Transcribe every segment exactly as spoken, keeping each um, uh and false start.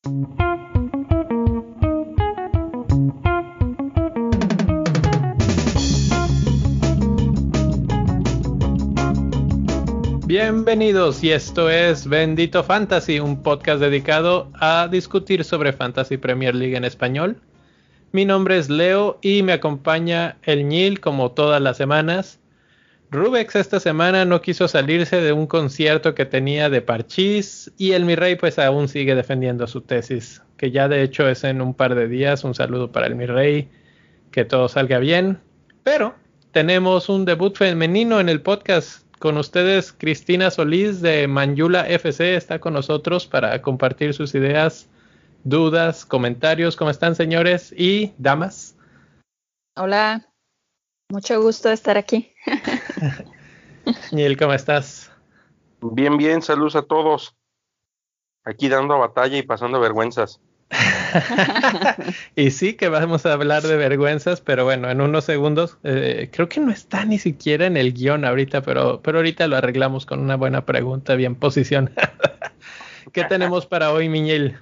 Bienvenidos, y esto es Bendito Fantasy, un podcast dedicado a discutir sobre Fantasy Premier League en español. Mi nombre es Leo y me acompaña el Ñil como todas las semanas. Rubex esta semana no quiso salirse de un concierto que tenía de Parchís, y el Mi Rey pues aún sigue defendiendo su tesis, que ya de hecho es en un par de días. Un saludo para el Mi Rey, que todo salga bien. Pero tenemos un debut femenino en el podcast. Con ustedes, Cristina Solís de Manjula F C está con nosotros para compartir sus ideas, dudas, comentarios. ¿Cómo están, señores y damas? Hola, mucho gusto de estar aquí. Niel, ¿cómo estás? Bien, bien, saludos a todos. Aquí dando batalla y pasando vergüenzas. Y sí que vamos a hablar de vergüenzas, pero bueno, en unos segundos. Eh, creo que no está ni siquiera en el guión ahorita, pero, pero ahorita lo arreglamos con una buena pregunta bien posicionada. ¿Qué tenemos para hoy, Miñel?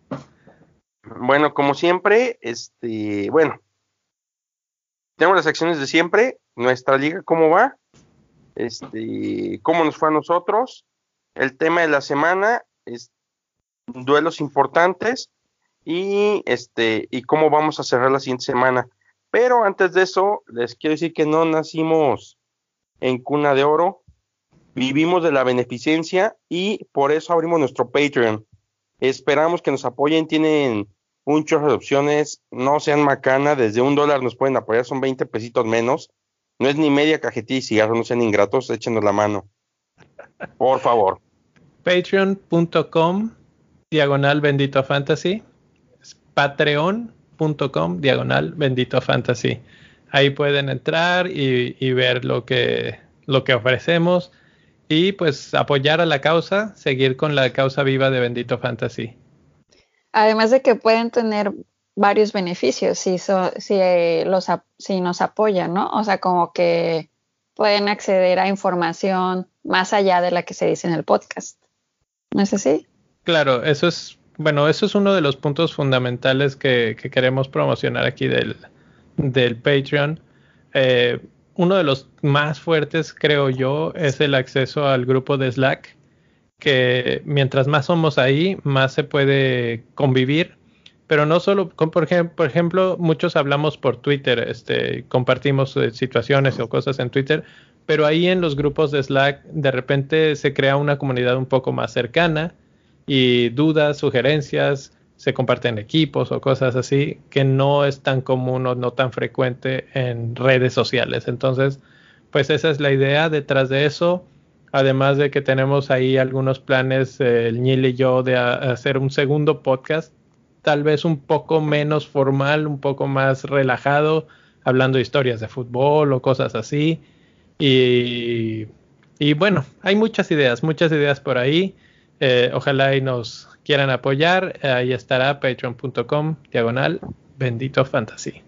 Bueno, como siempre, este, bueno, tenemos las secciones de siempre, nuestra liga, cómo va, este, cómo nos fue a nosotros, el tema de la semana, es, duelos importantes, y este y cómo vamos a cerrar la siguiente semana. Pero antes de eso, les quiero decir que no nacimos en cuna de oro, vivimos de la beneficencia y por eso abrimos nuestro Patreon. Esperamos que nos apoyen, tienen un chorro de opciones, no sean macana, desde un dólar nos pueden apoyar, son veinte pesitos menos, no es ni media cajetilla y cigarro, no sean ingratos, échenos la mano, por favor. Patreon punto com diagonal Bendito Fantasy, patreon punto com diagonal Bendito Fantasy. Ahí pueden entrar y, y ver lo que, lo que ofrecemos y pues apoyar a la causa, seguir con la causa viva de Bendito Fantasy. Además de que pueden tener varios beneficios si, so, si, eh, los, si nos apoyan, ¿no? O sea, como que pueden acceder a información más allá de la que se dice en el podcast. ¿No es así? Claro, eso es, bueno, eso es uno de los puntos fundamentales que, que queremos promocionar aquí del, del Patreon. Eh, uno de los más fuertes, creo yo, es el acceso al grupo de Slack, que mientras más somos ahí, más se puede convivir, pero no solo, con, por, ejemplo, por ejemplo, muchos hablamos por Twitter, este, compartimos eh, situaciones o cosas en Twitter, pero ahí en los grupos de Slack de repente se crea una comunidad un poco más cercana, y dudas, sugerencias, se comparten equipos o cosas así, que no es tan común o no tan frecuente en redes sociales. Entonces, pues esa es la idea detrás de eso. Además de que tenemos ahí algunos planes, eh, el Ñil y yo, de a, hacer un segundo podcast, tal vez un poco menos formal, un poco más relajado, hablando de historias de fútbol o cosas así. Y, y bueno, hay muchas ideas, muchas ideas por ahí. Eh, ojalá y nos quieran apoyar. Eh, ahí estará patreon punto com diagonal Bendito Fantasy.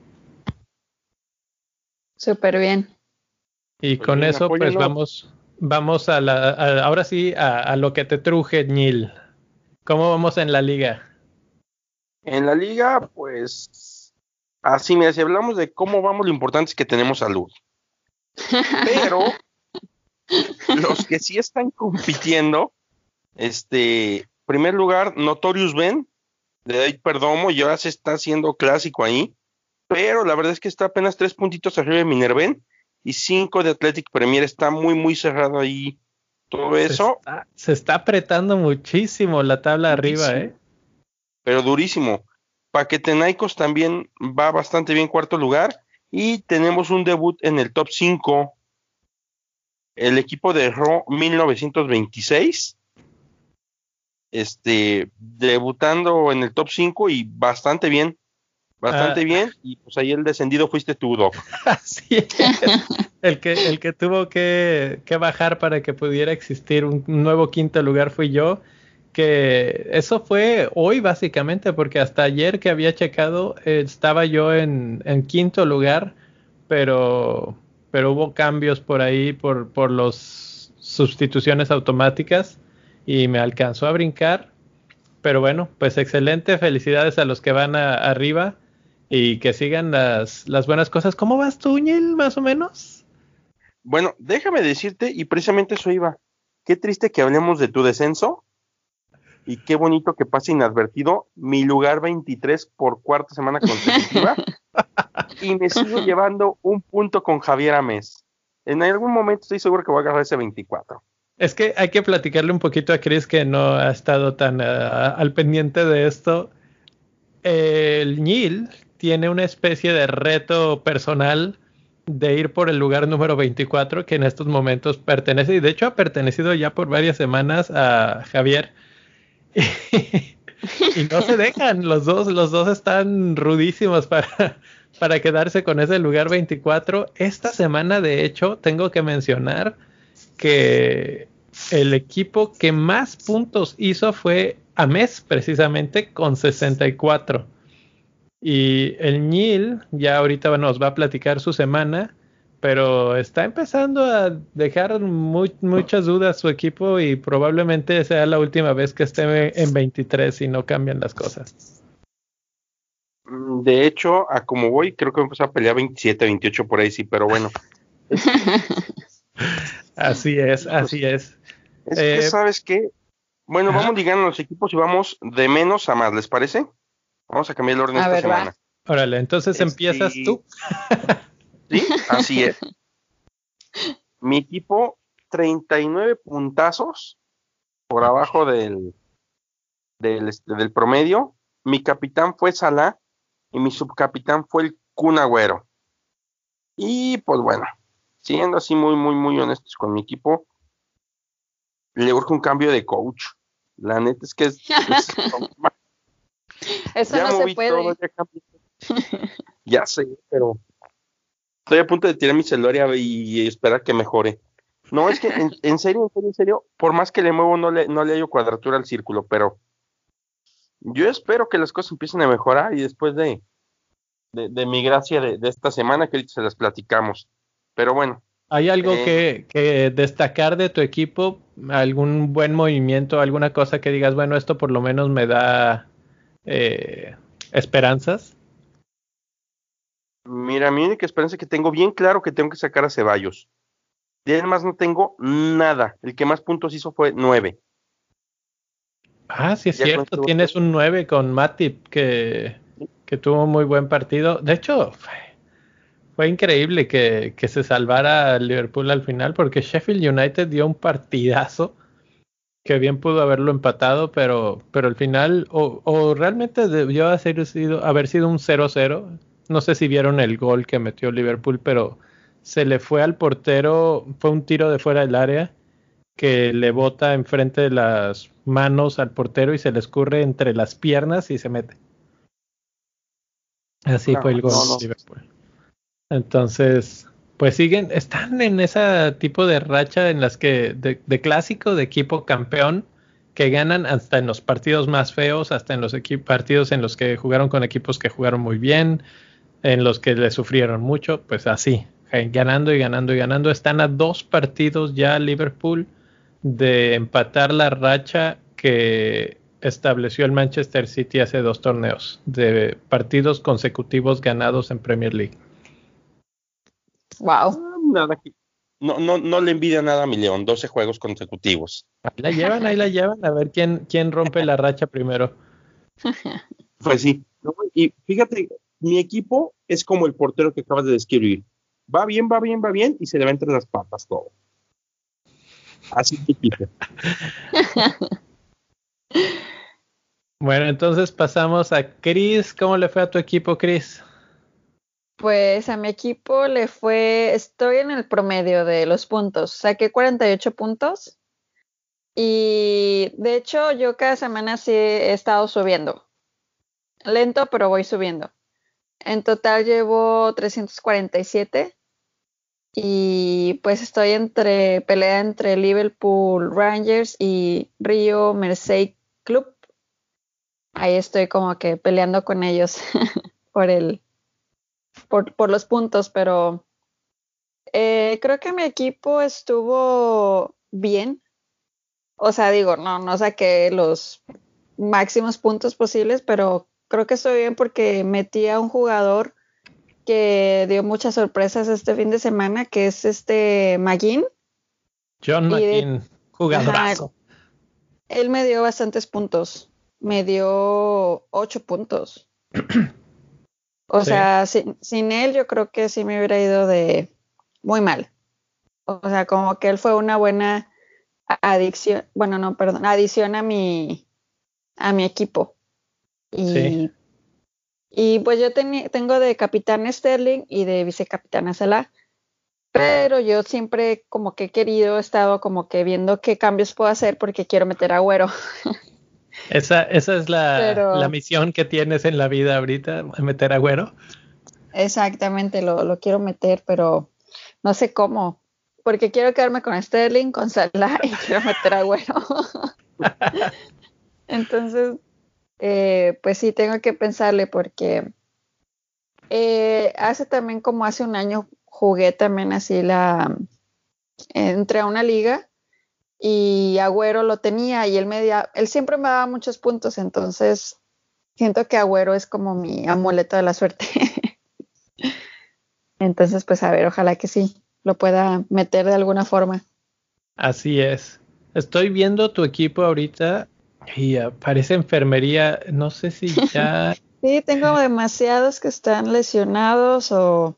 Súper bien. Y pues con bien, eso apóyenlo. Pues vamos vamos a la a, ahora sí a, a lo que te truje, Ñil. ¿Cómo vamos en la liga? En la liga, pues así, mira, si hablamos de cómo vamos, lo importante es que tenemos salud. Pero los que sí están compitiendo, este, primer lugar, Notorious Ben, de David Perdomo, y ahora se está haciendo clásico ahí, pero la verdad es que está apenas tres puntitos arriba de Minerven, y cinco de Athletic Premier, está muy, muy cerrado ahí todo se eso. Está, se está apretando muchísimo la tabla durísimo, arriba, ¿eh? Pero durísimo. Paquetenaicos también va bastante bien, cuarto lugar, y tenemos un debut en el top cinco, el equipo de Raw mil novecientos veintiséis, este, debutando en el top cinco y bastante bien, bastante ah. bien, y pues ahí el descendido fuiste tú, Doc. Así es. El que, el que tuvo que, que bajar para que pudiera existir un nuevo quinto lugar fui yo, que eso fue hoy básicamente, porque hasta ayer que había checado eh, estaba yo en, en quinto lugar, pero, pero hubo cambios por ahí por, por las sustituciones automáticas y me alcanzó a brincar. pero bueno, pues excelente, felicidades a los que van a, arriba y que sigan las, las buenas cosas. ¿Cómo vas tú, Ñil, más o menos? Bueno, déjame decirte, y precisamente eso iba, qué triste que hablemos de tu descenso, y qué bonito que pase inadvertido mi lugar veintitrés por cuarta semana consecutiva, y me sigo llevando un punto con Javier Amés. En algún momento estoy seguro que voy a agarrar ese veinticuatro. Es que hay que platicarle un poquito a Chris, que no ha estado tan uh, al pendiente de esto. El Ñil tiene una especie de reto personal de ir por el lugar número veinticuatro, que en estos momentos pertenece, y de hecho ha pertenecido ya por varias semanas a Javier. Y no se dejan, los dos, los dos están rudísimos para, para quedarse con ese lugar veinticuatro. Esta semana, de hecho, tengo que mencionar que el equipo que más puntos hizo fue Amés, precisamente, con sesenta y cuatro. Y el Ñil ya ahorita nos va a platicar su semana, pero está empezando a dejar muy, muchas dudas su equipo y probablemente sea la última vez que esté en veintitrés si no cambian las cosas. De hecho, a como voy, creo que voy a empezar a pelear veintisiete, veintiocho por ahí, sí, pero bueno. Así es, así es. Es eh, que, ¿sabes qué? Bueno, ajá. vamos ligando los equipos y vamos de menos a más, ¿les parece? Vamos a cambiar el orden A esta ver, semana. va. Órale, entonces Este, empiezas tú. Sí, así es. Mi equipo, treinta y nueve puntazos por abajo del, del, este, del promedio. Mi capitán fue Salah y mi subcapitán fue el Kun Agüero. Y pues bueno, siendo así muy, muy, muy honestos con mi equipo, le urge un cambio de coach. La neta es que es, es Eso ya no se moví puede. todo, ya cambié. Ya sé, pero estoy a punto de tirar mi celular y, y esperar que mejore. No, es que en, en serio, en serio, en serio, por más que le muevo, no le, no le hallo cuadratura al círculo, pero yo espero que las cosas empiecen a mejorar y después de, de, de mi gracia de, de esta semana, que ahorita se las platicamos. Pero bueno. ¿Hay algo eh, que, que destacar de tu equipo? ¿Algún buen movimiento? ¿Alguna cosa que digas, bueno, esto por lo menos me da eh, esperanzas? Mira, mi única esperanza es que tengo bien claro que tengo que sacar a Ceballos. De él más no tengo nada. El que más puntos hizo fue nueve. Ah, sí es Ya con cierto, esto- tienes un nueve con Matip que, que tuvo muy buen partido. De hecho, fue, fue increíble que, que se salvara Liverpool al final porque Sheffield United dio un partidazo que bien pudo haberlo empatado, pero, pero al final, o, o realmente debió haber sido, haber sido un cero cero. No sé si vieron el gol que metió Liverpool, pero se le fue al portero, fue un tiro de fuera del área que le bota enfrente de las manos al portero y se le escurre entre las piernas y se mete. Así No, fue el gol no, no. de Liverpool. Entonces, pues siguen, están en ese tipo de racha en las que, de, de clásico, de equipo campeón, que ganan hasta en los partidos más feos, hasta en los partidos en los que jugaron con equipos que jugaron muy bien, en los que le sufrieron mucho, pues así, ganando y ganando y ganando. Están a dos partidos ya Liverpool de empatar la racha que estableció el Manchester City hace dos torneos, de partidos consecutivos ganados en Premier League. Wow. Nada que- no, no, no le envidia nada a mi León, doce juegos consecutivos. Ahí la llevan, ahí la llevan, a ver quién, quién rompe la racha primero. Pues sí. No, y fíjate, mi equipo es como el portero que acabas de describir. Va bien, va bien, va bien, y se le va entre las patas todo. Así mi equipo. Bueno, entonces pasamos a Chris. ¿Cómo le fue a tu equipo, Chris? Pues a mi equipo le fue, estoy en el promedio de los puntos, saqué cuarenta y ocho puntos y de hecho yo cada semana sí he estado subiendo, lento pero voy subiendo. En total llevo trescientos cuarenta y siete y pues estoy entre pelea entre Liverpool Rangers y Río Mersey Club. Ahí estoy como que peleando con ellos por el por, por los puntos, pero Eh, creo que mi equipo estuvo bien. O sea, digo, no, no saqué los máximos puntos posibles, pero creo que estoy bien porque metí a un jugador que dio muchas sorpresas este fin de semana, que es este McGinn. John McGinn, jugadorazo. Ajá, él me dio bastantes puntos, me dio ocho puntos. O sí. sea, sin, sin él yo creo que sí me hubiera ido de muy mal. O sea, como que él fue una buena adicción, bueno, no, perdón, adición a mi a mi equipo. Y, sí. y pues yo ten, tengo de capitán Sterling y de vicecapitana Salah, pero yo siempre como que he querido, he estado como que viendo qué cambios puedo hacer porque quiero meter a Agüero. Esa, esa es la, pero, la misión que tienes en la vida ahorita, meter a Agüero. Exactamente, lo, lo quiero meter, pero no sé cómo, porque quiero quedarme con Sterling, con Salah y quiero meter a Agüero. Entonces, eh, pues sí, tengo que pensarle porque eh, hace también como hace un año jugué también así la, entré a una liga y Agüero lo tenía y él, me da, él siempre me daba muchos puntos, entonces siento que Agüero es como mi amuleto de la suerte. Entonces, pues a ver, ojalá que sí lo pueda meter de alguna forma. Así es. Estoy viendo tu equipo ahorita y uh, parece enfermería. No sé si ya... Sí, tengo demasiados que están lesionados o...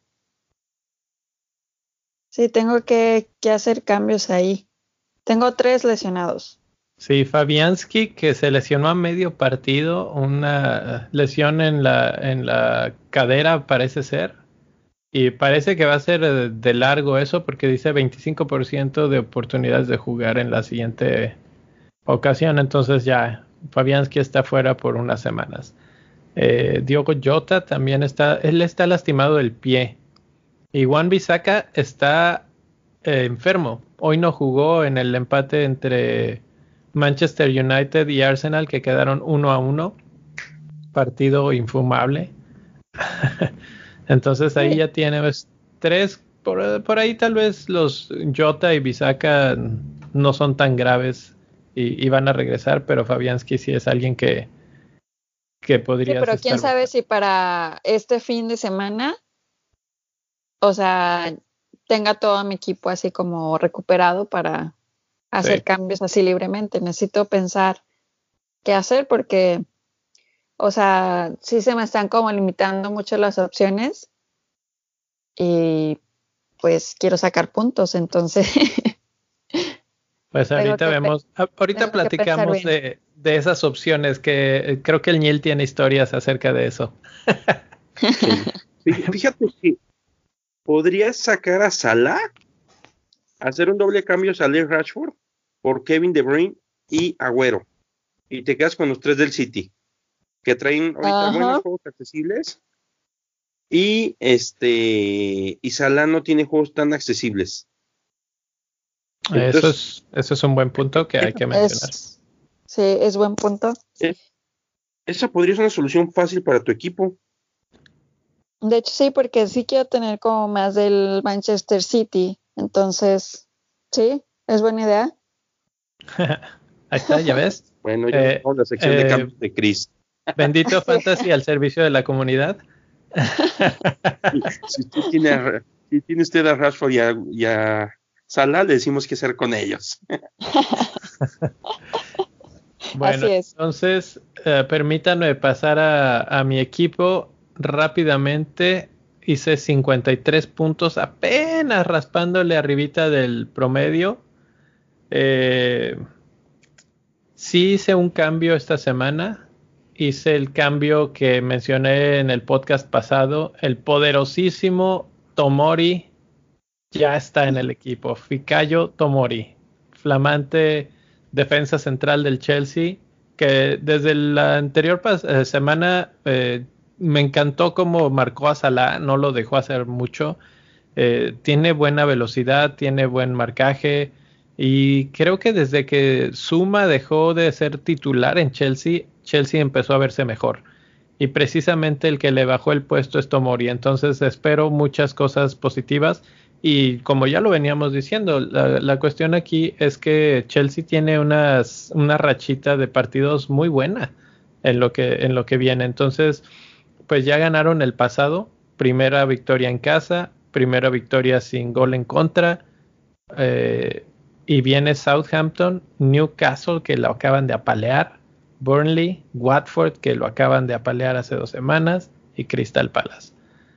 Sí, tengo que, que hacer cambios ahí. Tengo tres lesionados. Sí, Fabianski, que se lesionó a medio partido, una lesión en la, en la cadera parece ser. Y parece que va a ser de largo eso porque dice veinticinco por ciento de oportunidades de jugar en la siguiente ocasión. Entonces ya Fabianski está fuera por unas semanas. Eh, Diogo Jota también está, él está lastimado del pie. Y Wan-Bissaka está eh, enfermo. Hoy no jugó en el empate entre Manchester United y Arsenal que quedaron uno a uno. Partido infumable. Entonces ahí sí. Ya tiene pues, tres, por, por ahí tal vez los Jota y Bissaka no son tan graves y, y van a regresar, pero Fabianski sí es alguien que, que podría... Sí, pero quién sabe bueno. Si para este fin de semana, o sea, tenga todo mi equipo así como recuperado para hacer sí. cambios así libremente. Necesito pensar qué hacer porque... O sea, sí se me están como limitando mucho las opciones y pues quiero sacar puntos, entonces. Pues ahorita vemos, pe- ahorita platicamos de, de esas opciones que creo que el Niel tiene historias acerca de eso. Sí. Fíjate que podrías sacar a Salah, hacer un doble cambio Salah Rashford por Kevin De Bruyne y Agüero y te quedas con los tres del City. Que traen ahorita Ajá. buenos juegos accesibles y este y Salah no tiene juegos tan accesibles. Entonces, eso es eso es un buen punto que hay que mencionar. Es, sí, es buen punto. Es, esa podría ser una solución fácil para tu equipo. De hecho sí, porque sí quiero tener como más del Manchester City, entonces sí, es buena idea. Ahí está, ya ves. Bueno, ya eh, la sección eh, de cambios de Chris. Bendito Fantasy al servicio de la comunidad. Si, si, usted tiene, si tiene usted a Rashford y a, y a Salah, le decimos qué hacer con ellos. Bueno, entonces eh, permítanme pasar a, a mi equipo rápidamente. Hice cincuenta y tres puntos, apenas raspándole arribita del promedio. Eh, sí hice un cambio esta semana. Hice el cambio que mencioné en el podcast pasado. El poderosísimo Tomori ya está en el equipo. Fikayo Tomori, flamante defensa central del Chelsea, que desde la anterior pas- eh, semana eh, me encantó cómo marcó a Salah, no lo dejó hacer mucho. Eh, tiene buena velocidad, tiene buen marcaje y creo que desde que Zuma dejó de ser titular en Chelsea, Chelsea empezó a verse mejor y precisamente el que le bajó el puesto es Tomori, entonces espero muchas cosas positivas Y como ya lo veníamos diciendo, la, la cuestión aquí es que Chelsea tiene unas, una rachita de partidos muy buena en lo que, en lo que viene. Entonces, pues ya ganaron el pasado, primera victoria en casa, primera victoria sin gol en contra, eh, y viene Southampton, Newcastle, que lo acaban de apalear, Burnley, Watford, que lo acaban de apalear hace dos semanas, y Crystal Palace.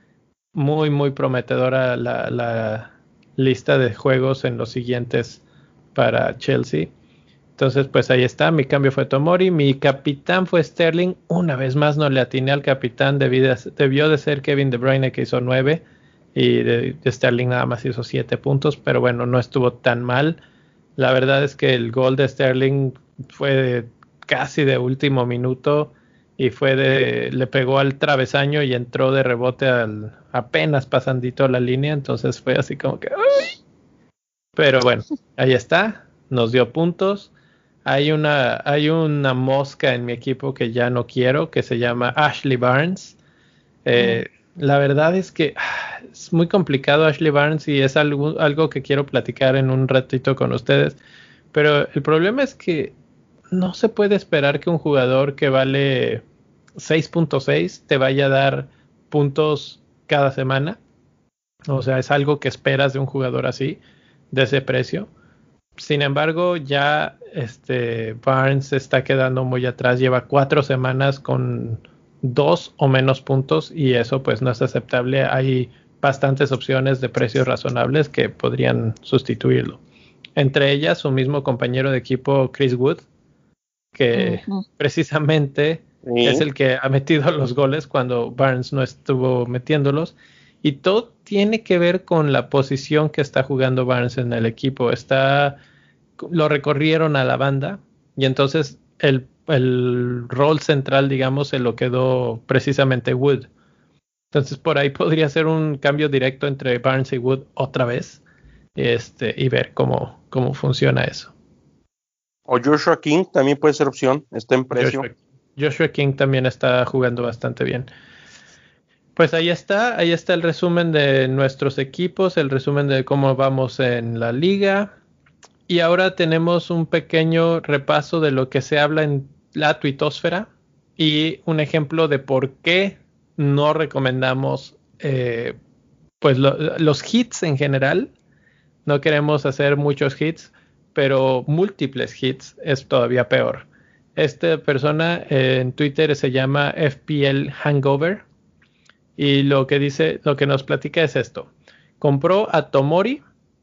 Muy, muy prometedora la, la lista de juegos en los siguientes para Chelsea. Entonces, pues ahí está, mi cambio fue Tomori, mi capitán fue Sterling, una vez más no le atiné al capitán, debió de, debió de ser Kevin De Bruyne, que hizo nueve, y de, de Sterling nada más hizo siete puntos, pero bueno, no estuvo tan mal. La verdad es que el gol de Sterling fue de, casi de último minuto, y fue de, le pegó al travesaño y entró de rebote al, apenas pasandito la línea, entonces fue así como que... ¡ay! Pero bueno, ahí está, nos dio puntos. Hay una, hay una mosca en mi equipo que ya no quiero, que se llama Ashley Barnes. Eh, mm. La verdad es que ah, es muy complicado Ashley Barnes y es algo, algo que quiero platicar en un ratito con ustedes. Pero el problema es que no se puede esperar que un jugador que vale seis punto seis te vaya a dar puntos cada semana. O sea, es algo que esperas de un jugador así, de ese precio. Sin embargo, ya este Barnes se está quedando muy atrás. Lleva cuatro semanas con dos o menos puntos y eso pues no es aceptable. Hay bastantes opciones de precios razonables que podrían sustituirlo. Entre ellas, su mismo compañero de equipo, Chris Wood, que uh-huh. precisamente ¿Sí? es el que ha metido los goles cuando Barnes no estuvo metiéndolos. Y todo tiene que ver con la posición que está jugando Barnes en el equipo. Está, lo recorrieron a la banda y entonces el, el rol central, digamos, se lo quedó precisamente Wood. Entonces por ahí podría ser un cambio directo entre Barnes y Wood otra vez, este, y ver cómo, cómo funciona eso. O Joshua King también puede ser opción, está en precio. Joshua, Joshua King también está jugando bastante bien. Pues ahí está, ahí está el resumen de nuestros equipos, el resumen de cómo vamos en la liga. Y ahora tenemos un pequeño repaso de lo que se habla en la tuitosfera y un ejemplo de por qué no recomendamos eh, pues lo, los hits en general. No queremos hacer muchos hits, pero múltiples hits es todavía peor. Esta persona eh, en Twitter se llama F P L Hangover. Y lo que dice, lo que nos platica es esto. Compró a Tomori,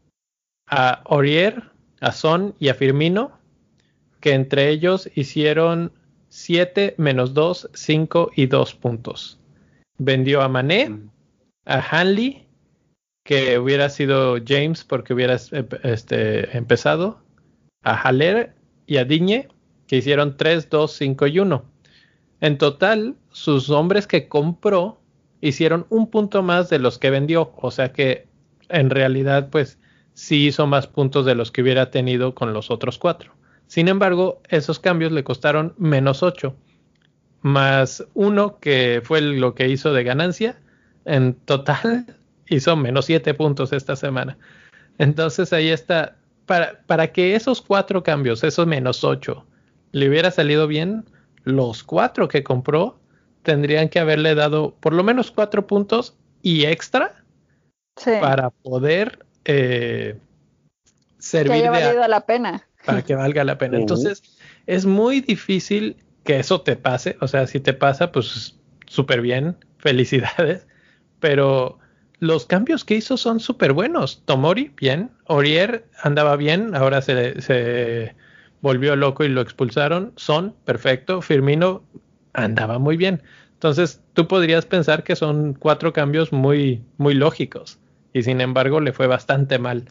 a Aurier, a Son y a Firmino, que entre ellos hicieron siete menos dos, cinco y dos puntos. Vendió a Mané, a Hanley, que hubiera sido James porque hubiera este, empezado, a Haller y a Digne, que hicieron tres, dos, cinco y uno. En total, sus hombres que compró hicieron un punto más de los que vendió, o sea que en realidad pues sí hizo más puntos de los que hubiera tenido con los otros cuatro. Sin embargo, esos cambios le costaron menos ocho, más uno que fue lo que hizo de ganancia. En total hizo menos siete puntos esta semana. Entonces ahí está, para, para que esos cuatro cambios, esos menos ocho, le hubiera salido bien, los cuatro que compró tendrían que haberle dado por lo menos cuatro puntos y extra sí. para poder eh, servir que haya de valido a, la pena. Para que valga la pena. Uh-huh. Entonces, es muy difícil que eso te pase. O sea, si te pasa, pues súper bien, felicidades. Pero los cambios que hizo son súper buenos. Tomori, bien. Aurier andaba bien, ahora se, se volvió loco y lo expulsaron. Son, perfecto. Firmino andaba muy bien. Entonces, tú podrías pensar que son cuatro cambios muy, muy lógicos. Y sin embargo, le fue bastante mal.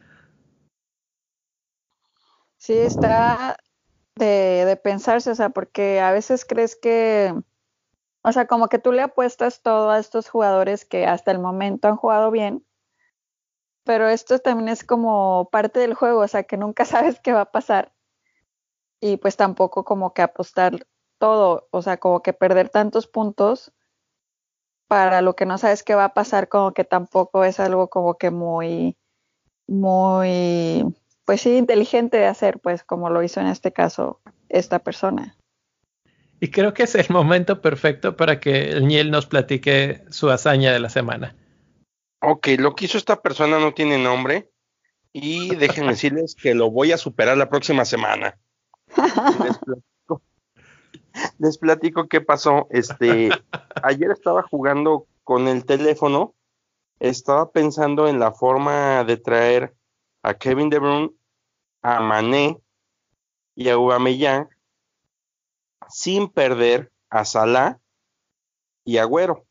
Sí, está de, de pensarse, o sea, porque a veces crees que, o sea, como que tú le apuestas todo a estos jugadores que hasta el momento han jugado bien, pero esto también es como parte del juego, o sea, que nunca sabes qué va a pasar. Y pues tampoco como que apostar todo, o sea, como que perder tantos puntos para lo que no sabes qué va a pasar, como que tampoco es algo como que muy muy, pues sí, inteligente de hacer, pues como lo hizo en este caso esta persona. Y creo que es el momento perfecto para que el Niel nos platique su hazaña de la semana. Ok, lo que hizo esta persona no tiene nombre y déjenme decirles que lo voy a superar la próxima semana. Les platico, les platico qué pasó. Este, ayer estaba jugando con el teléfono, estaba pensando en la forma de traer a Kevin De Bruyne, a Mané y a Aubameyang sin perder a Salah y Agüero.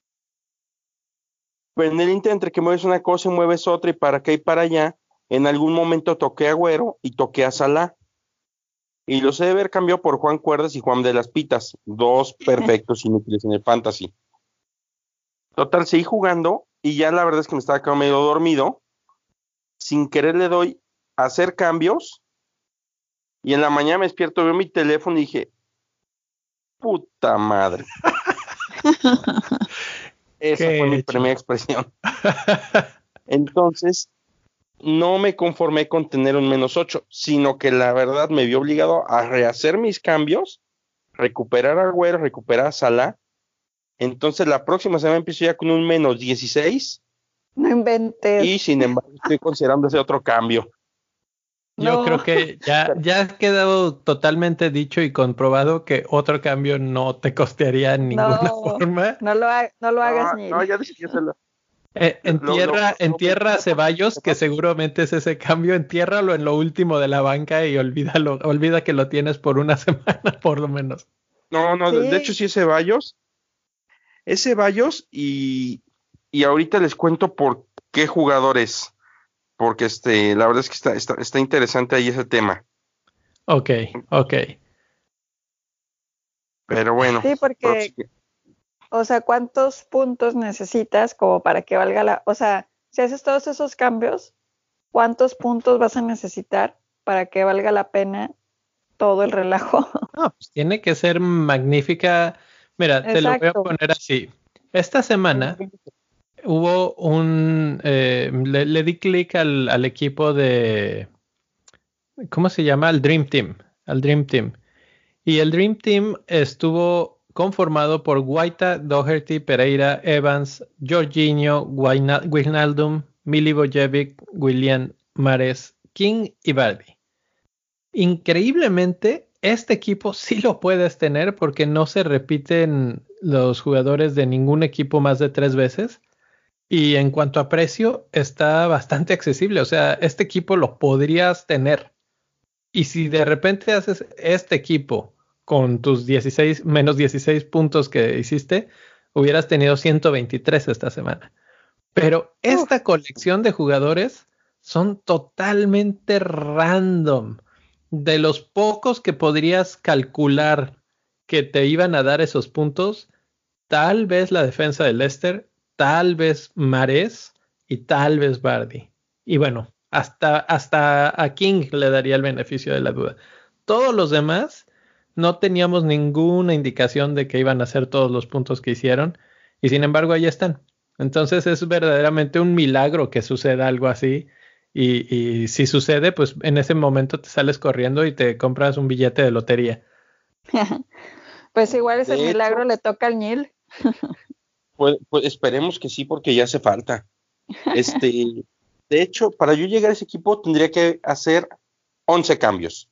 Pero en el intento entre que mueves una cosa y mueves otra y para acá y para allá, en algún momento toqué a Agüero y toqué a Salah. Y los he de haber cambiado por Juan Cuerdas y Juan de las Pitas, dos perfectos inútiles en el fantasy. Total, seguí jugando y ya la verdad es que me estaba quedando medio dormido. Sin querer le doy a hacer cambios y en la mañana me despierto, veo mi teléfono y dije, puta madre. Esa fue mi primera expresión. Entonces, no me conformé con tener un menos ocho, sino que la verdad me vi obligado a rehacer mis cambios, recuperar a Agüero, recuperar a Salah. Entonces, la próxima semana empiezo ya con un menos dieciséis. No inventes. Y sin embargo, estoy considerando ese otro cambio. Yo No. creo que ya, ya ha quedado totalmente dicho y comprobado que otro cambio no te costearía en ninguna No, forma. no lo, ha- no lo hagas, No, Neil. no, ya dije que se lo- Eh, Lo- entierra, lo- lo- entierra a Ceballos, que seguramente es ese cambio, entiérralo en lo último de la banca y olvídalo, olvida que lo tienes por una semana por lo menos. No, no, de Sí. hecho sí es Ceballos. Es Ceballos y, y ahorita les cuento por qué jugadores. Porque este, la verdad es que está, está, está interesante ahí ese tema. Ok, ok. Pero bueno, Sí, porque, prosigue. o sea, ¿cuántos puntos necesitas como para que valga la, o sea, si haces todos esos cambios, ¿cuántos puntos vas a necesitar para que valga la pena todo el relajo? No, pues tiene que ser magnífica. Mira, te lo voy a Exacto. poner así. Esta semana hubo un... eh, le, le di clic al, al equipo de... ¿Cómo se llama? Al Dream Team. Al Dream Team. Y el Dream Team estuvo conformado por Guaita, Doherty, Pereira, Evans, Jorginho, Wijna- Wijnaldum, Milivojevic, William, Mahrez, King y Vardy. Increíblemente, este equipo sí lo puedes tener porque no se repiten los jugadores de ningún equipo más de tres veces. Y en cuanto a precio, está bastante accesible. O sea, este equipo lo podrías tener. Y si de repente haces este equipo con tus dieciséis, menos dieciséis puntos que hiciste, hubieras tenido ciento veintitrés esta semana. Pero esta colección de jugadores son totalmente random. De los pocos que podrías calcular que te iban a dar esos puntos, tal vez la defensa de Leicester, tal vez Mahrez y tal vez Vardy. Y bueno, hasta, hasta a King le daría el beneficio de la duda. Todos los demás no teníamos ninguna indicación de que iban a hacer todos los puntos que hicieron y sin embargo ahí están. Entonces es verdaderamente un milagro que suceda algo así y, y si sucede, pues en ese momento te sales corriendo y te compras un billete de lotería. Pues igual ese De milagro hecho, le toca al Neil. pues, pues esperemos que sí, porque ya hace falta. Este, de hecho, para yo llegar a ese equipo tendría que hacer once cambios.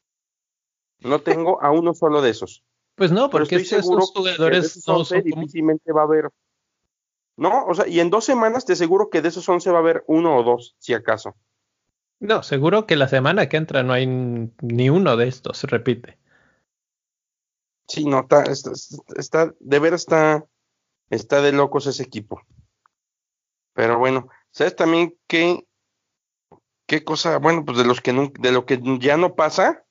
No tengo a uno solo de esos. Pues no, Pero porque estoy estos seguro que de jugadores esos no once son como... difícilmente va a haber. No, o sea, y en dos semanas te aseguro que de esos once va a haber uno o dos, si acaso. No, seguro que la semana que entra no hay n- ni uno de estos, se repite. Sí, no, está, está, está- de veras está, está de locos ese equipo. Pero bueno, ¿sabes también qué, qué cosa? Bueno, pues de los que nun- de lo que ya no pasa,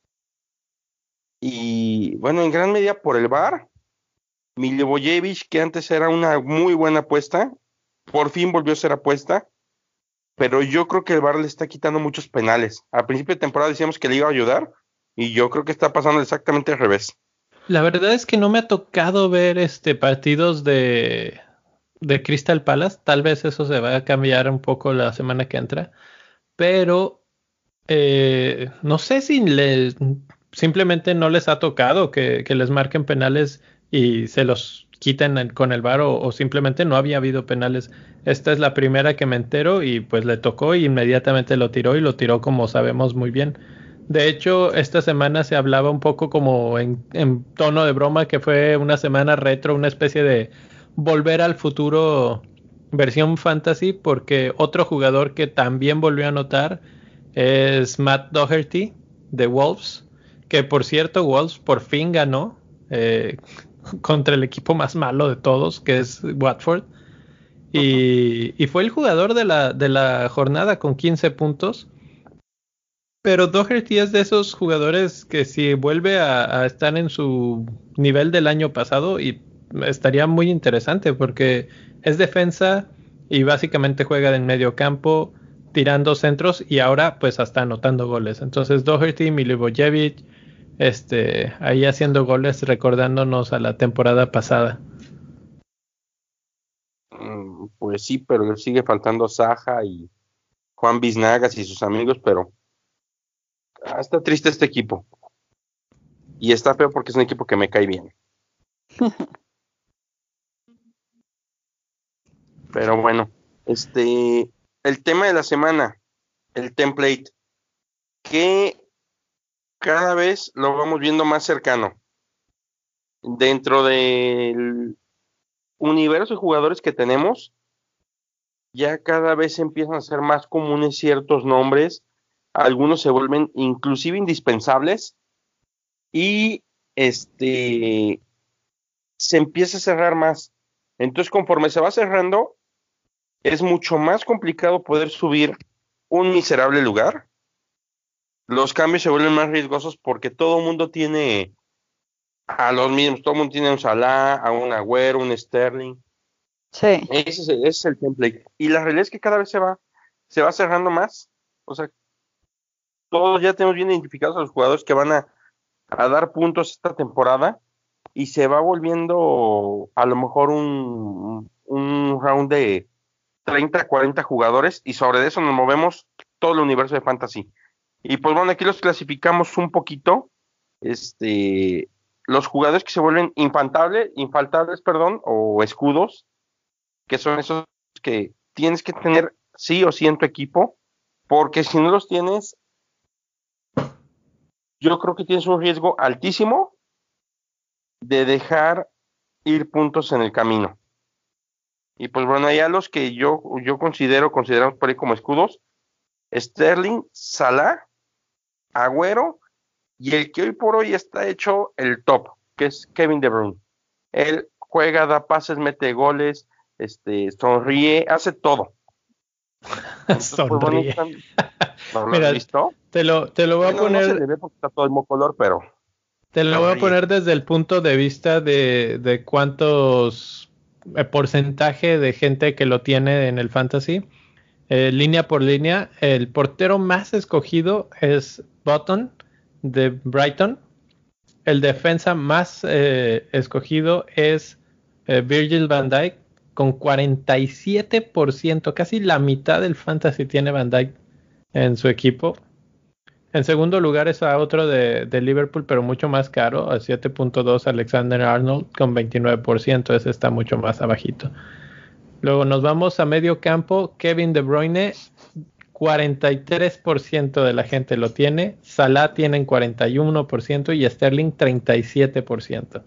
y bueno, en gran medida por el V A R, Milivojevic, que antes era una muy buena apuesta, por fin volvió a ser apuesta, pero yo creo que el V A R le está quitando muchos penales. A principio de temporada decíamos que le iba a ayudar, y yo creo que está pasando exactamente al revés. La verdad es que no me ha tocado ver este partidos de, de Crystal Palace. Tal vez eso se va a cambiar un poco la semana que entra, pero eh, no sé si les, simplemente no les ha tocado que, que les marquen penales y se los quiten en- con el V A R o, o simplemente no había habido penales. Esta es la primera que me entero y pues le tocó y inmediatamente lo tiró y lo tiró como sabemos muy bien. De hecho, esta semana se hablaba un poco como en, en tono de broma que fue una semana retro, una especie de volver al futuro versión fantasy, porque otro jugador que también volvió a anotar es Matt Doherty de Wolves, que por cierto Wolves por fin ganó eh, contra el equipo más malo de todos, que es Watford, y, y fue el jugador de la, de la jornada con quince puntos. Pero Doherty es de esos jugadores que si vuelve a, a estar en su nivel del año pasado, y estaría muy interesante porque es defensa y básicamente juega en medio campo tirando centros y ahora pues hasta anotando goles. Entonces Doherty, Milivojevic, este, ahí haciendo goles recordándonos a la temporada pasada. Mm, Pues sí, pero le sigue faltando Saja y Juan Biznagas y sus amigos, pero ah, está triste este equipo. Y está feo porque es un equipo que me cae bien. Pero bueno, este, el tema de la semana, el template, que cada vez lo vamos viendo más cercano. Dentro del universo de jugadores que tenemos, ya cada vez empiezan a ser más comunes ciertos nombres, algunos se vuelven inclusive indispensables y este se empieza a cerrar más. Entonces, conforme se va cerrando, es mucho más complicado poder subir un miserable lugar. Los cambios se vuelven más riesgosos porque todo el mundo tiene a los mismos, todo el mundo tiene un Salah, a un Agüero, un Sterling. Sí. Ese es, el, ese es el template. Y la realidad es que cada vez se va, se va cerrando más. O sea, todos ya tenemos bien identificados a los jugadores que van a, a dar puntos esta temporada y se va volviendo a lo mejor un, un round de treinta, cuarenta jugadores y sobre eso nos movemos todo el universo de fantasy. Y pues bueno, aquí los clasificamos un poquito. Este, los jugadores que se vuelven infaltables, infaltables, perdón, o escudos, que son esos que tienes que tener sí o sí en tu equipo, porque si no los tienes, yo creo que tienes un riesgo altísimo de dejar ir puntos en el camino. Y pues bueno, ya los que yo, yo considero, consideramos por ahí como escudos, Sterling, Salah, Agüero, y el que hoy por hoy está hecho el top, que es Kevin De Bruyne. Él juega, da pases, mete goles, este, sonríe, hace todo. Entonces, pues, bueno, Sonríe. están, ¿no lo Mira, has visto? te lo, te lo voy Bueno, a no se poner, le ve porque está todo el mismo color, pero te lo voy a sonríe. poner desde el punto de vista de, de cuántos eh, porcentaje de gente que lo tiene en el fantasy. Eh, línea por línea, el portero más escogido es Button de Brighton. El defensa más eh, escogido es eh, Virgil van Dijk con cuarenta y siete por ciento, casi la mitad del fantasy tiene Van Dijk en su equipo. En segundo lugar es a otro de, de Liverpool, pero mucho más caro, a siete punto dos Alexander Arnold con veintinueve por ciento, ese está mucho más abajito. Luego nos vamos a medio campo, Kevin De Bruyne, cuarenta y tres por ciento de la gente lo tiene, Salah tienen cuarenta y uno por ciento y Sterling treinta y siete por ciento.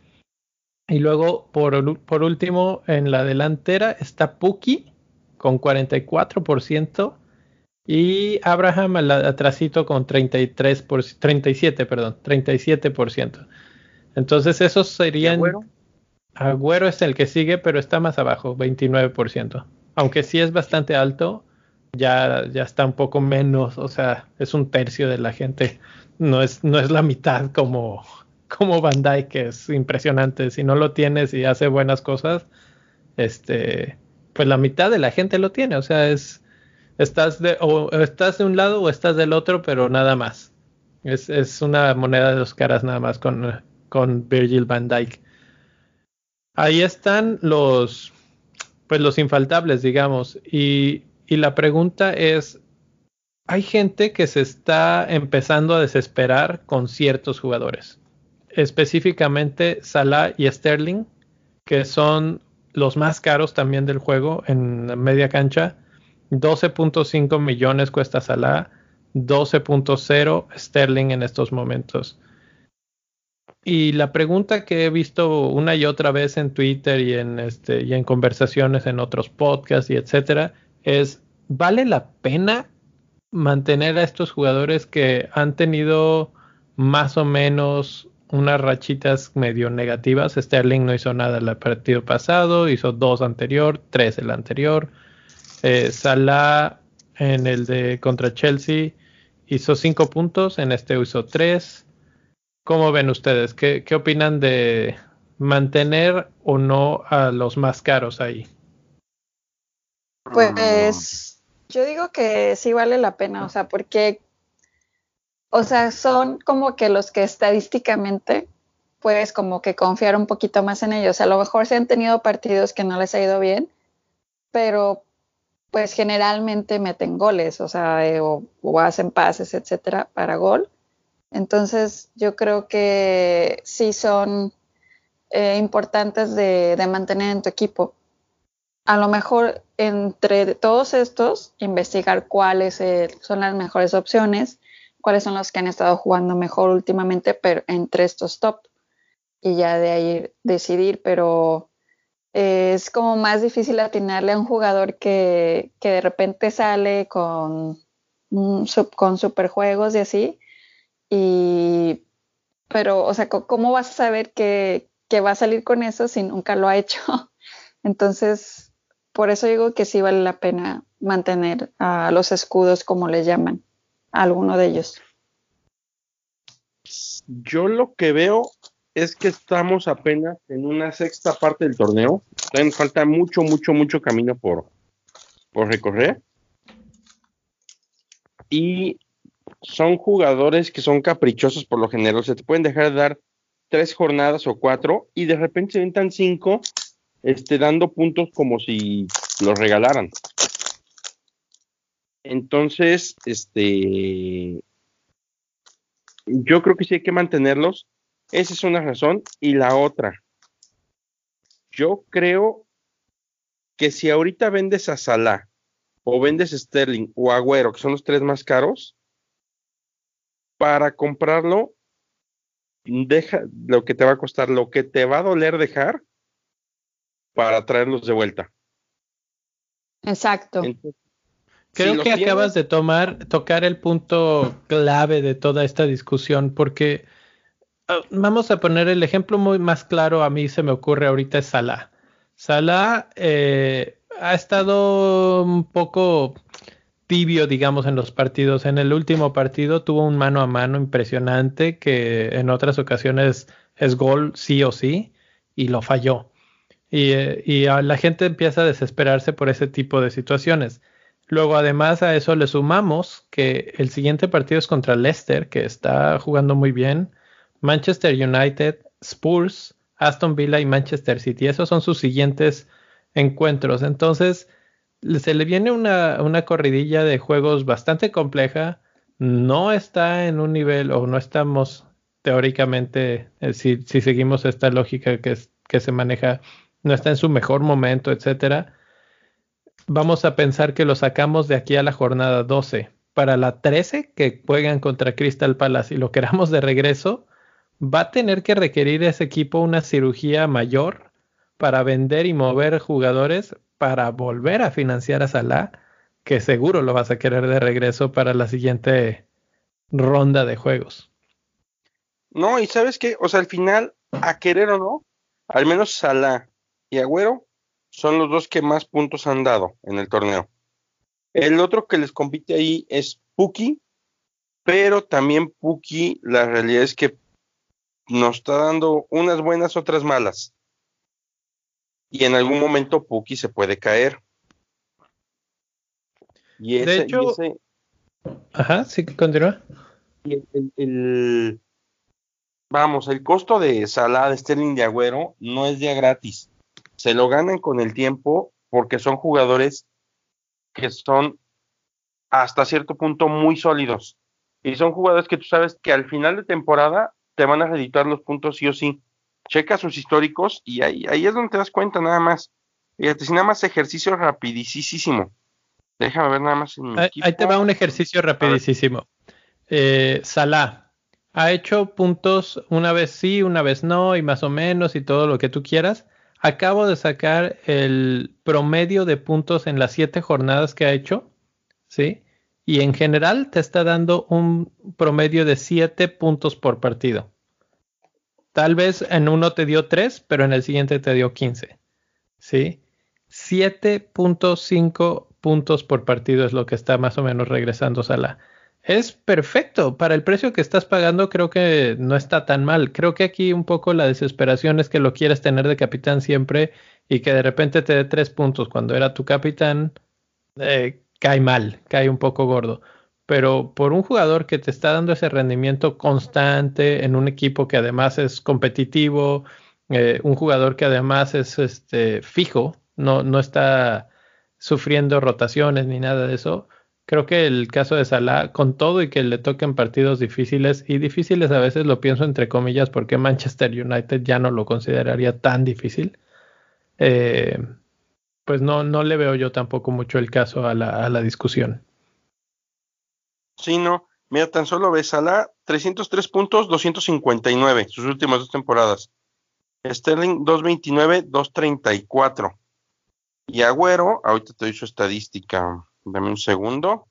Y luego, por, por último, en la delantera está Pukki con cuarenta y cuatro por ciento y Abraham al atrasito con treinta y tres por ciento, treinta y siete, perdón, treinta y siete por ciento. Entonces esos serían... Agüero? Agüero es el que sigue, pero está más abajo, veintinueve por ciento. Aunque sí es bastante alto, ya, ya está un poco menos, o sea, es un tercio de la gente. No es, no es la mitad como, como Van Dijk, que es impresionante. Si no lo tienes y hace buenas cosas, este, pues la mitad de la gente lo tiene. O sea, es estás de, o estás de un lado o estás del otro, pero nada más. Es, es una moneda de dos caras nada más con, con Virgil van Dijk. Ahí están los, pues los infaltables, digamos. Y, y la pregunta es, hay gente que se está empezando a desesperar con ciertos jugadores, específicamente Salah y Sterling, que son los más caros también del juego en media cancha. doce punto cinco millones cuesta Salah, doce punto cero Sterling en estos momentos. Y la pregunta que he visto una y otra vez en Twitter y en este y en conversaciones en otros podcasts y etcétera es, ¿vale la pena mantener a estos jugadores que han tenido más o menos unas rachitas medio negativas? Sterling no hizo nada el partido pasado, hizo dos anterior, tres el anterior. Eh, Salah en el de contra Chelsea hizo cinco puntos, en este hizo tres. ¿Cómo ven ustedes? ¿Qué, qué opinan de mantener o no a los más caros ahí? Pues yo digo que sí vale la pena, o sea, porque, o sea, son como que los que estadísticamente puedes como que confiar un poquito más en ellos. A lo mejor se han tenido partidos que no les ha ido bien, pero pues generalmente meten goles, o sea, eh, o, o hacen pases, etcétera, para gol. Entonces yo creo que sí son eh, importantes de, de mantener en tu equipo. A lo mejor entre todos estos, investigar cuáles eh, son las mejores opciones, cuáles son los que han estado jugando mejor últimamente, pero entre estos top, y ya de ahí decidir, pero eh, es como más difícil atinarle a un jugador que, que de repente sale con, un, sub, con superjuegos y así, y pero, o sea, ¿cómo vas a saber que, que va a salir con eso si nunca lo ha hecho? Entonces, por eso digo que sí vale la pena mantener a los escudos, como les llaman, a alguno de ellos. Yo lo que veo es que estamos apenas en una sexta parte del torneo. Todavía falta mucho, mucho, mucho camino por, por recorrer. Y son jugadores que son caprichosos por lo general. O sea, te pueden dejar de dar tres jornadas o cuatro y de repente se inventan cinco, este, dando puntos como si los regalaran. Entonces, este, yo creo que sí hay que mantenerlos. Esa es una razón. Y la otra, yo creo que si ahorita vendes a Salah o vendes a Sterling o a Agüero, que son los tres más caros, para comprarlo, deja lo que te va a costar, lo que te va a doler dejar para traerlos de vuelta. Exacto. Entonces, Creo si que los acabas tienes, de tomar, tocar el punto clave de toda esta discusión, porque uh, vamos a poner el ejemplo muy más claro, a mí se me ocurre ahorita es Salah. Salah eh, ha estado un poco tibio, digamos, en los partidos. En el último partido tuvo un mano a mano impresionante que en otras ocasiones es gol sí o sí y lo falló. Y, eh, y a la gente empieza a desesperarse por ese tipo de situaciones. Luego, además, a eso le sumamos que el siguiente partido es contra Leicester, que está jugando muy bien, Manchester United, Spurs, Aston Villa y Manchester City. Esos son sus siguientes encuentros. Entonces, se le viene una, una corridilla de juegos bastante compleja. No está en un nivel, o no estamos teóricamente, eh, si, si seguimos esta lógica que, es, que se maneja, no está en su mejor momento, etcétera. Vamos a pensar que lo sacamos de aquí a la jornada doce. Para la trece, que juegan contra Crystal Palace y lo queramos de regreso, va a tener que requerir ese equipo una cirugía mayor para vender y mover jugadores para volver a financiar a Salah, que seguro lo vas a querer de regreso para la siguiente ronda de juegos. no, y sabes qué, o sea, al final, a querer o no, al menos Salah y Agüero son los dos que más puntos han dado en el torneo. El otro que les compite ahí es Pukki, pero también Pukki, la realidad es que nos está dando unas buenas, otras malas. Y en algún momento Pukki se puede caer. Y ese, De hecho, y ese, ajá, sí, continúa. y el, el, el, vamos, el costo de Salah, de Sterling, de Agüero no es día gratis. Se lo ganan con el tiempo porque son jugadores que son hasta cierto punto muy sólidos. Y son jugadores que tú sabes que al final de temporada te van a reeditar los puntos sí o sí. Checa sus históricos y ahí, ahí es donde te das cuenta nada más. Fíjate, si nada más ejercicio rapidísimo. Déjame ver nada más en mi ahí, equipo. ahí te va un ejercicio rapidísimo. Eh, Salah ha hecho puntos una vez sí, una vez no, y más o menos, y todo lo que tú quieras. Acabo de sacar el promedio de puntos en las siete jornadas que ha hecho, ¿sí? Y en general te está dando un promedio de siete puntos por partido. Tal vez en uno te dio tres, pero en el siguiente te dio quince, ¿sí? siete punto cinco puntos por partido es lo que está más o menos regresando Salah. Es perfecto. Para el precio que estás pagando, creo que no está tan mal. Creo que aquí un poco la desesperación es que lo quieres tener de capitán siempre y que de repente te dé tres puntos cuando era tu capitán. Eh, cae mal, cae un poco gordo. Pero por un jugador que te está dando ese rendimiento constante en un equipo que además es competitivo, eh, un jugador que además es este, fijo, no, no está sufriendo rotaciones ni nada de eso. Creo que el caso de Salah, con todo y que le toquen partidos difíciles, y difíciles a veces lo pienso entre comillas porque Manchester United ya no lo consideraría tan difícil, eh, pues no, no le veo yo tampoco mucho el caso a la, a la discusión. Sí, no. Mira, tan solo ves Salah, trescientos tres puntos, doscientos cincuenta y nueve, sus últimas dos temporadas. Sterling, doscientos veintinueve, doscientos treinta y cuatro. Y Agüero, ahorita te doy su estadística. Dame un segundo.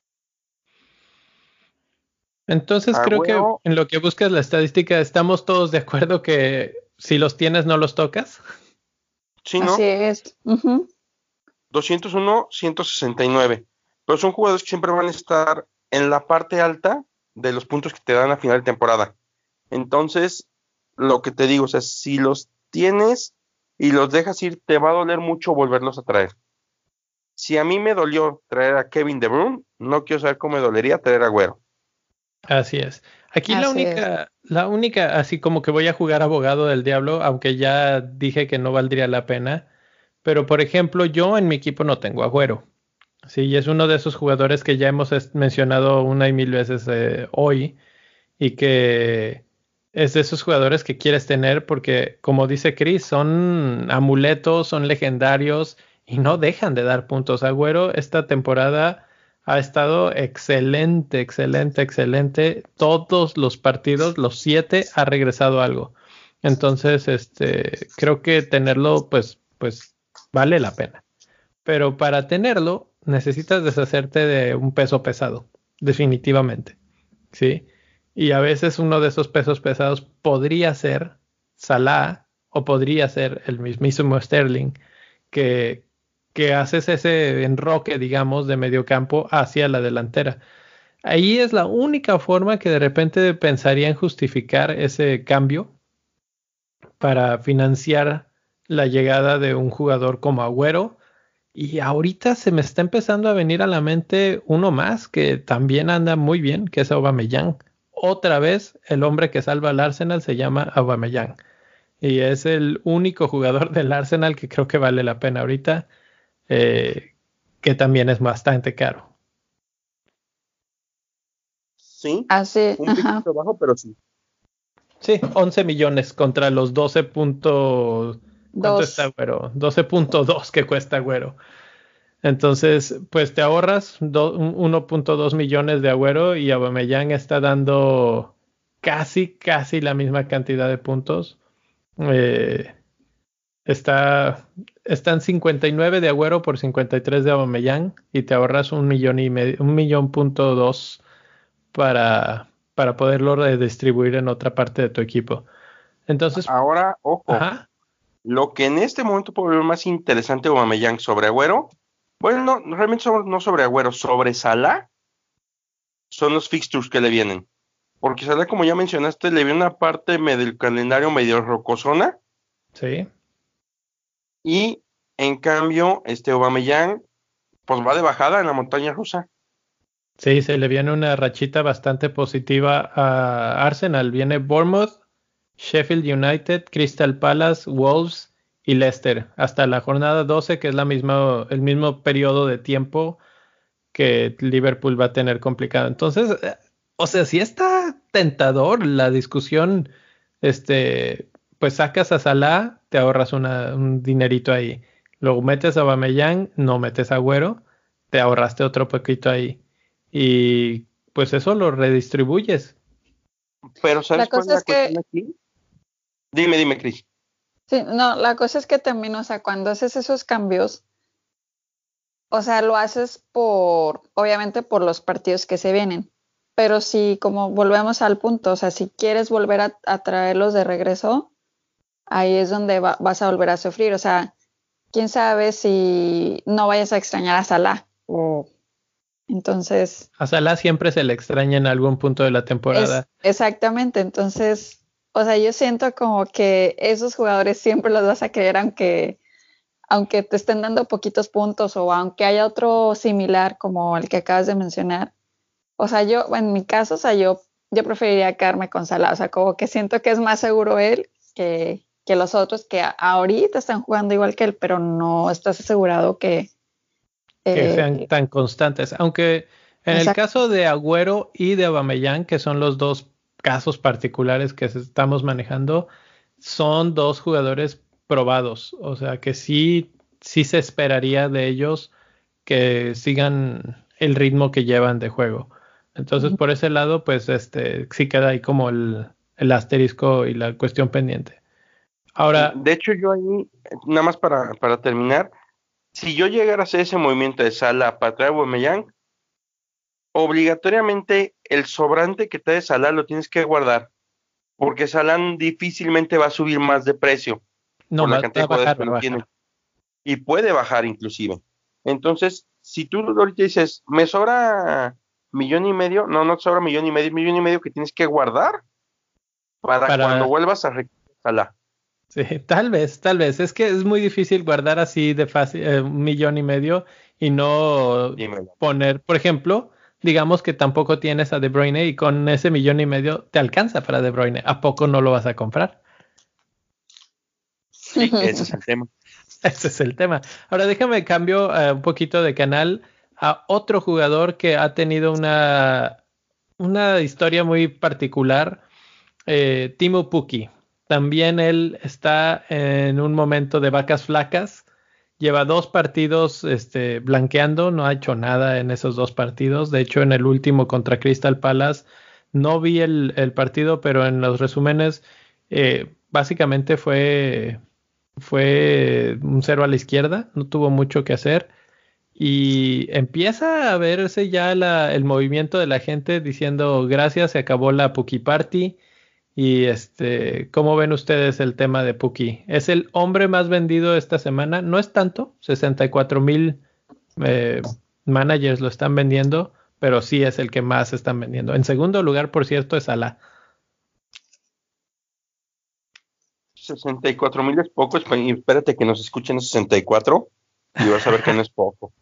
Entonces Agüero, creo que en lo que buscas la estadística, ¿estamos todos de acuerdo que si los tienes no los tocas? Sí, ¿no? Así es. Uh-huh. doscientos uno, ciento sesenta y nueve. Pero son jugadores que siempre van a estar en la parte alta de los puntos que te dan a final de temporada. Entonces, lo que te digo, o sea, si los tienes y los dejas ir, te va a doler mucho volverlos a traer. Si a mí me dolió traer a Kevin De Bruyne, no quiero saber cómo me dolería traer a Agüero. Así es. Aquí Así la única, es. la única, así como que voy a jugar abogado del diablo, aunque ya dije que no valdría la pena. Pero, por ejemplo, yo en mi equipo no tengo Agüero. Sí, y es uno de esos jugadores que ya hemos mencionado una y mil veces eh, hoy, y que es de esos jugadores que quieres tener porque, como dice Chris, son amuletos, son legendarios y no dejan de dar puntos. Agüero esta temporada ha estado excelente, excelente, excelente. Todos los partidos, los siete, ha regresado algo. Entonces, este, creo que tenerlo, pues, pues, vale la pena. Pero para tenerlo, necesitas deshacerte de un peso pesado, definitivamente, ¿sí? Y a veces uno de esos pesos pesados podría ser Salah o podría ser el mismísimo Sterling, que, que haces ese enroque, digamos, de mediocampo hacia la delantera. Ahí es la única forma que de repente pensaría en justificar ese cambio para financiar la llegada de un jugador como Agüero. Y ahorita se me está empezando a venir a la mente uno más que también anda muy bien, que es Aubameyang. Otra vez, el hombre que salva al Arsenal se llama Aubameyang. Y es el único jugador del Arsenal que creo que vale la pena ahorita, eh, que también es bastante caro. Sí, Así, un ajá. poquito bajo, pero sí. Sí, once millones contra los doce. ¿Cuánto Dos. está Agüero? doce punto dos que cuesta Agüero. Entonces, pues te ahorras uno punto dos millones de Agüero y Aubameyang está dando casi, casi la misma cantidad de puntos. Eh, está, están cincuenta y nueve de Agüero por cincuenta y tres de Aubameyang y te ahorras un millón y medio, un millón punto dos para, para poderlo redistribuir en otra parte de tu equipo. Entonces, ahora, ojo, ajá. Lo que en este momento puedo ver más interesante de Aubameyang sobre Agüero, bueno, no, realmente sobre, no sobre Agüero, sobre Salah, son los fixtures que le vienen. Porque Salah, como ya mencionaste, le viene una parte del calendario medio rocosona. Sí. Y en cambio, este Aubameyang, pues va de bajada en la montaña rusa. Sí, se le viene una rachita bastante positiva a Arsenal. Viene Bournemouth, Sheffield United, Crystal Palace, Wolves y Leicester hasta la jornada doce, que es la misma, el mismo periodo de tiempo que Liverpool va a tener complicado. Entonces, eh, o sea, si está tentador la discusión, este, pues sacas a Salah, te ahorras una, un dinerito ahí. Luego metes a Aubameyang, no metes a Agüero, te ahorraste otro poquito ahí. Y pues eso lo redistribuyes. Pero ¿sabes La cuál es cosa la es que, cuestión aquí? Dime, dime, Cris. sí, no, la cosa es que también, o sea, cuando haces esos cambios, o sea, lo haces por, obviamente por los partidos que se vienen. Pero si, como volvemos al punto, o sea, si quieres volver a, a traerlos de regreso, ahí es donde va- vas a volver a sufrir. O sea, quién sabe si no vayas a extrañar a Salah. O entonces, A Salah siempre se le extraña en algún punto de la es temporada. exactamente. Entonces, o sea, yo siento como que esos jugadores siempre los vas a querer, aunque, aunque te estén dando poquitos puntos o aunque haya otro similar como el que acabas de mencionar. O sea, yo, en mi caso, o sea, yo, yo preferiría quedarme con Salah. O sea, como que siento que es más seguro él que, que los otros que a- ahorita están jugando igual que él, pero no estás asegurado que... Que sean Eh, tan constantes. Aunque en el exacto. caso de Agüero y de Aubameyang, que son los dos casos particulares que estamos manejando, son dos jugadores probados. O sea que sí, sí se esperaría de ellos que sigan el ritmo que llevan de juego. Entonces, Ujú. por ese lado, pues este sí queda ahí como el, el asterisco y la cuestión pendiente. Ahora, De hecho, yo ahí, nada más para, para terminar, si yo llegara a hacer ese movimiento de Salah para traer a Aubameyang, obligatoriamente el sobrante que trae Salah lo tienes que guardar, porque Salah difícilmente va a subir más de precio no, por la va, cantidad va de a jugadores bajar, que va a lo tienen, bajar. y puede bajar inclusive. Entonces, si tú ahorita dices, me sobra millón y medio, no, no te sobra millón y medio, millón y medio que tienes que guardar para cuando Para vuelvas a recuperar Salah. Sí, tal vez, tal vez. Es que es muy difícil guardar así de fácil eh, un millón y medio y no Dímelo. poner, por ejemplo, digamos que tampoco tienes a De Bruyne y con ese millón y medio te alcanza para De Bruyne. ¿A poco no lo vas a comprar? Sí, ese es el tema. Ese es el tema. Ahora déjame cambio eh, un poquito de canal a otro jugador que ha tenido una, una historia muy particular, eh, Timo Pukki. También él está en un momento de vacas flacas. Lleva dos partidos este, blanqueando, no ha hecho nada en esos dos partidos. De hecho, en el último contra Crystal Palace no vi el, el partido, pero en los resúmenes eh, básicamente fue, fue un cero a la izquierda, no tuvo mucho que hacer. Y empieza a verse ya la, el movimiento de la gente diciendo gracias, se acabó la Puki Party. Y este, ¿cómo ven ustedes el tema de Puki? Es el hombre más vendido esta semana. No es tanto, sesenta y cuatro mil eh, managers lo están vendiendo, pero sí es el que más están vendiendo. En segundo lugar, por cierto, es Salah. sesenta y cuatro mil es poco, esp- y espérate que nos escuchen a sesenta y cuatro y vas a ver que no es poco.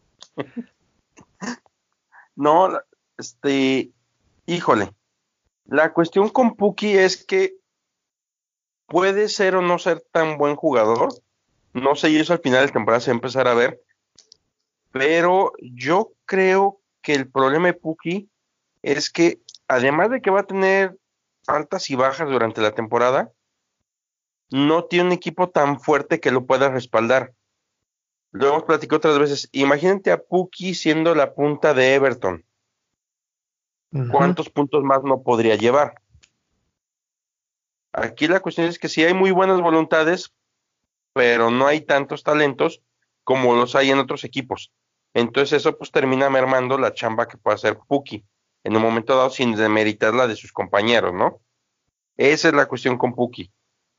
No, la- este, híjole, la cuestión con Puki es que puede ser o no ser tan buen jugador, no sé, y eso al final de temporada se va a empezar a ver, pero yo creo que el problema de Puki es que además de que va a tener altas y bajas durante la temporada, no tiene un equipo tan fuerte que lo pueda respaldar. Lo hemos platicado otras veces. Imagínate a Puki siendo la punta de Everton. Ujú. ¿Cuántos puntos más no podría llevar? Aquí la cuestión es que sí hay muy buenas voluntades, pero no hay tantos talentos como los hay en otros equipos. Entonces eso pues termina mermando la chamba que puede hacer Puki en un momento dado sin demeritar la de sus compañeros, ¿no? Esa es la cuestión con Puki.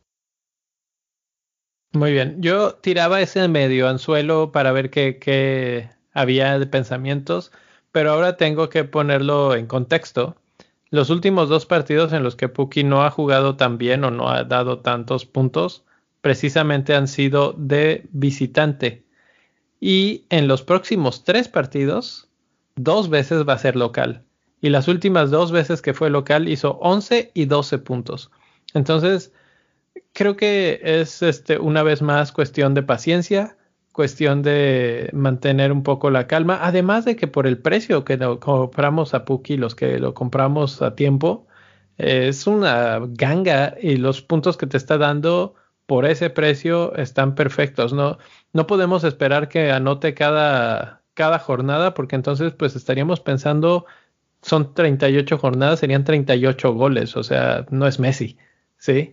Muy bien. Yo tiraba ese medio anzuelo para ver qué, qué había de pensamientos, pero ahora tengo que ponerlo en contexto. Los últimos dos partidos en los que Puki no ha jugado tan bien o no ha dado tantos puntos, precisamente han sido de visitante. Y en los próximos tres partidos, dos veces va a ser local. Y las últimas dos veces que fue local hizo once y doce puntos. Entonces, creo que es este una vez más cuestión de paciencia, cuestión de mantener un poco la calma, además de que por el precio que lo compramos a Pukki, los que lo compramos a tiempo, eh, es una ganga y los puntos que te está dando por ese precio están perfectos. No, no podemos esperar que anote cada, cada jornada, porque entonces pues estaríamos pensando, son treinta y ocho jornadas, serían treinta y ocho goles, o sea, no es Messi, ¿sí?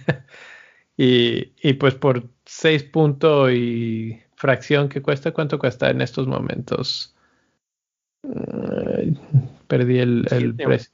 y, y pues por seis puntos y fracción que cuesta, ¿cuánto cuesta en estos momentos? Uh, perdí el, el precio.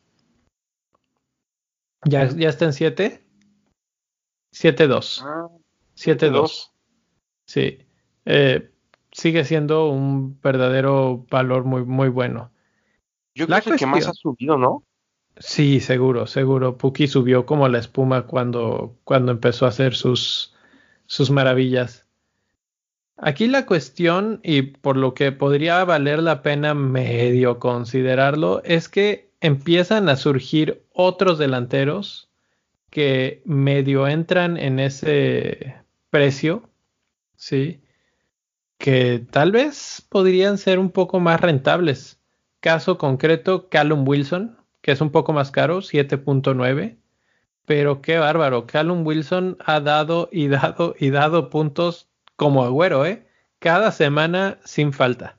¿Ya, ¿Ya está en siete? siete dos. Ah, siete dos. Sí. Eh, sigue siendo un verdadero valor muy, muy bueno. Yo creo que el que más ha subido, ¿no? Sí, seguro, seguro. Pukki subió como la espuma cuando, cuando empezó a hacer sus, sus maravillas. Aquí la cuestión, y por lo que podría valer la pena medio considerarlo, es que empiezan a surgir otros delanteros que medio entran en ese precio, ¿sí? Que tal vez podrían ser un poco más rentables. Caso concreto, Callum Wilson, que es un poco más caro, siete punto nueve. Pero qué bárbaro, Callum Wilson ha dado y dado y dado puntos como Agüero, ¿eh? Cada semana sin falta.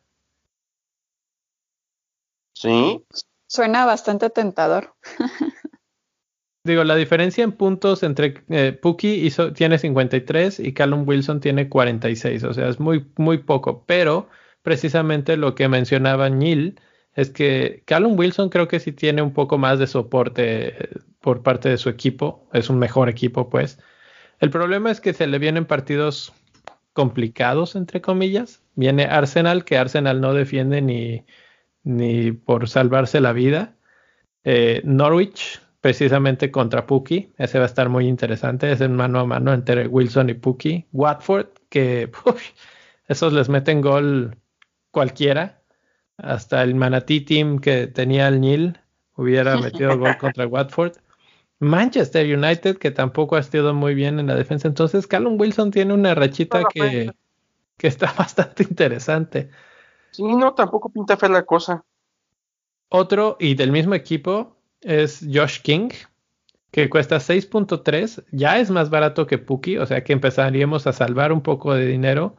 Sí. Suena bastante tentador. Digo, la diferencia en puntos entre eh, Pukki hizo, tiene cincuenta y tres y Callum Wilson tiene cuarenta y seis, o sea, es muy, muy poco, pero precisamente lo que mencionaba Neil es que Callum Wilson creo que sí tiene un poco más de soporte por parte de su equipo, es un mejor equipo pues. El problema es que se le vienen partidos complicados, entre comillas. Viene Arsenal, que Arsenal no defiende ni, ni por salvarse la vida. Eh, Norwich, precisamente contra Pukki, ese va a estar muy interesante, es en mano a mano entre Wilson y Pukki. Watford, que uf, esos les meten gol cualquiera, hasta el Manatee Team que tenía el Nil hubiera metido gol contra Watford. Manchester United, que tampoco ha estado muy bien en la defensa, entonces Callum Wilson tiene una rachita que, que está bastante interesante. Sí, no, tampoco pinta fea la cosa. Otro, y del mismo equipo, es Josh King, que cuesta seis punto tres, ya es más barato que Pukki, o sea que empezaríamos a salvar un poco de dinero,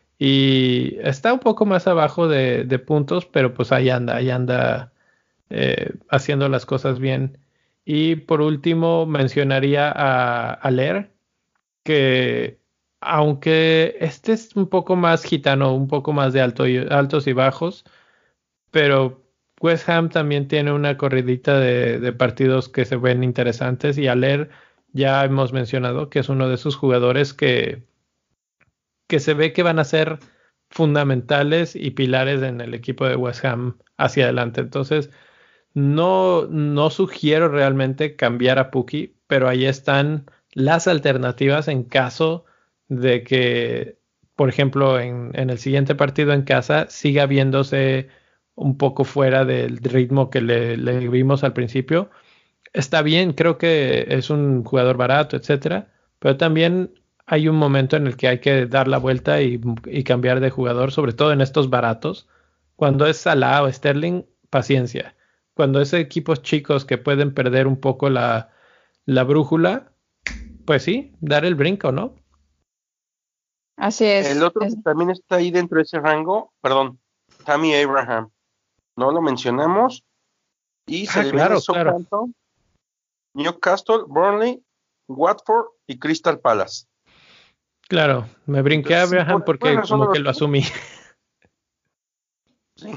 y está un poco más abajo de, de puntos, pero pues ahí anda, ahí anda eh, haciendo las cosas bien. Y por último mencionaría a, a Ler, que aunque este es un poco más gitano, un poco más de alto y, altos y bajos, pero West Ham también tiene una corridita de, de partidos que se ven interesantes, y Haller ya hemos mencionado que es uno de esos jugadores que, que se ve que van a ser fundamentales y pilares en el equipo de West Ham hacia adelante. Entonces, no, no sugiero realmente cambiar a Pukki, pero ahí están las alternativas en caso de que, por ejemplo, en, en el siguiente partido en casa siga viéndose un poco fuera del ritmo que le, le vimos al principio. Está bien, creo que es un jugador barato, etcétera, pero también hay un momento en el que hay que dar la vuelta y, y cambiar de jugador, sobre todo en estos baratos. Cuando es Salah o Sterling, paciencia. Cuando es equipos chicos que pueden perder un poco la, la brújula, pues sí, dar el brinco, ¿no? Así es. El otro es... que también está ahí dentro de ese rango, perdón, Tammy Abraham. No lo mencionamos. Y se ah, le claro, viene Southampton, claro. Newcastle, Burnley, Watford y Crystal Palace. Claro, me brinqué Entonces, a Abraham sí, porque bueno, como que lo asumí. Sí.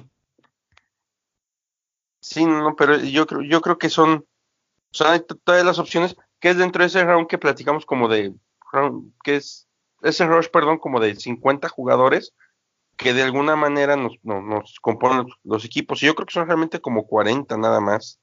Sí, no, pero yo creo, yo creo que son, o sea, hay todas las opciones, que es dentro de ese round que platicamos como de, round, que es, ese rush, perdón, como de cincuenta jugadores, que de alguna manera nos, no, nos componen los, los equipos, y yo creo que son realmente como cuarenta nada más.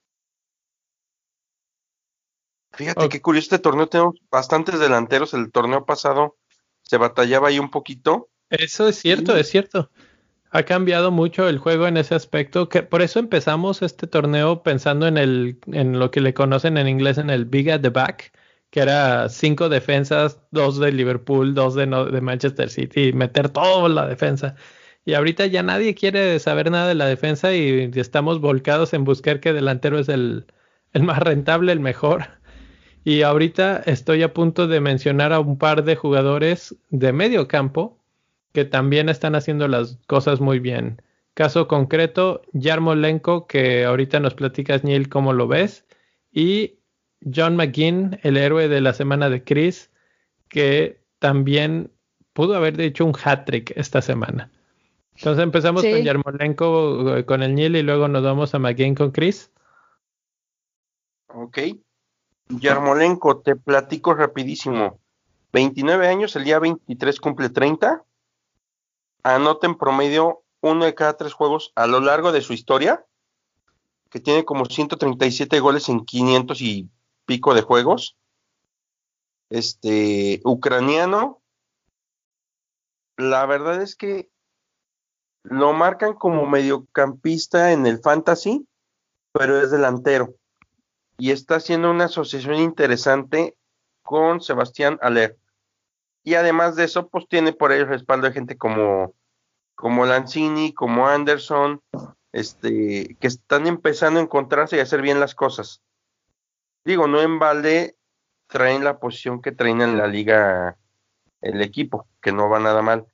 Fíjate okay. Qué curioso este torneo, tenemos bastantes delanteros, el torneo pasado se batallaba ahí un poquito. Eso es cierto, y... es cierto. Ha cambiado mucho el juego en ese aspecto, que por eso empezamos este torneo pensando en el en lo que le conocen en inglés en el Big at the Back, que era cinco defensas, dos de Liverpool, dos de, no, de Manchester City, y meter toda la defensa. Y ahorita ya nadie quiere saber nada de la defensa y estamos volcados en buscar qué delantero es el, el más rentable, el mejor. Y ahorita estoy a punto de mencionar a un par de jugadores de medio campo que también están haciendo las cosas muy bien. Caso concreto, Yarmolenko, que ahorita nos platicas, Neil, cómo lo ves, y John McGinn, el héroe de la semana de Chris, que también pudo haber hecho un hat-trick esta semana. Entonces empezamos sí. con Yarmolenko, con el Neil, y luego nos vamos a McGinn con Chris. Ok. Yarmolenko, te platico rapidísimo. veintinueve años, el día veintitrés cumple treinta. Anota en promedio uno de cada tres juegos a lo largo de su historia, que tiene como ciento treinta y siete goles en quinientos y pico de juegos. Este, ucraniano. La verdad es que lo marcan como mediocampista en el fantasy, pero es delantero. Y está haciendo una asociación interesante con Sebastián Haller. Y además de eso, pues tiene por ahí el respaldo de gente como, como Lanzini, como Anderson, este, que están empezando a encontrarse y a hacer bien las cosas. Digo, no en balde traen la posición que traen en la liga el equipo, que no va nada mal.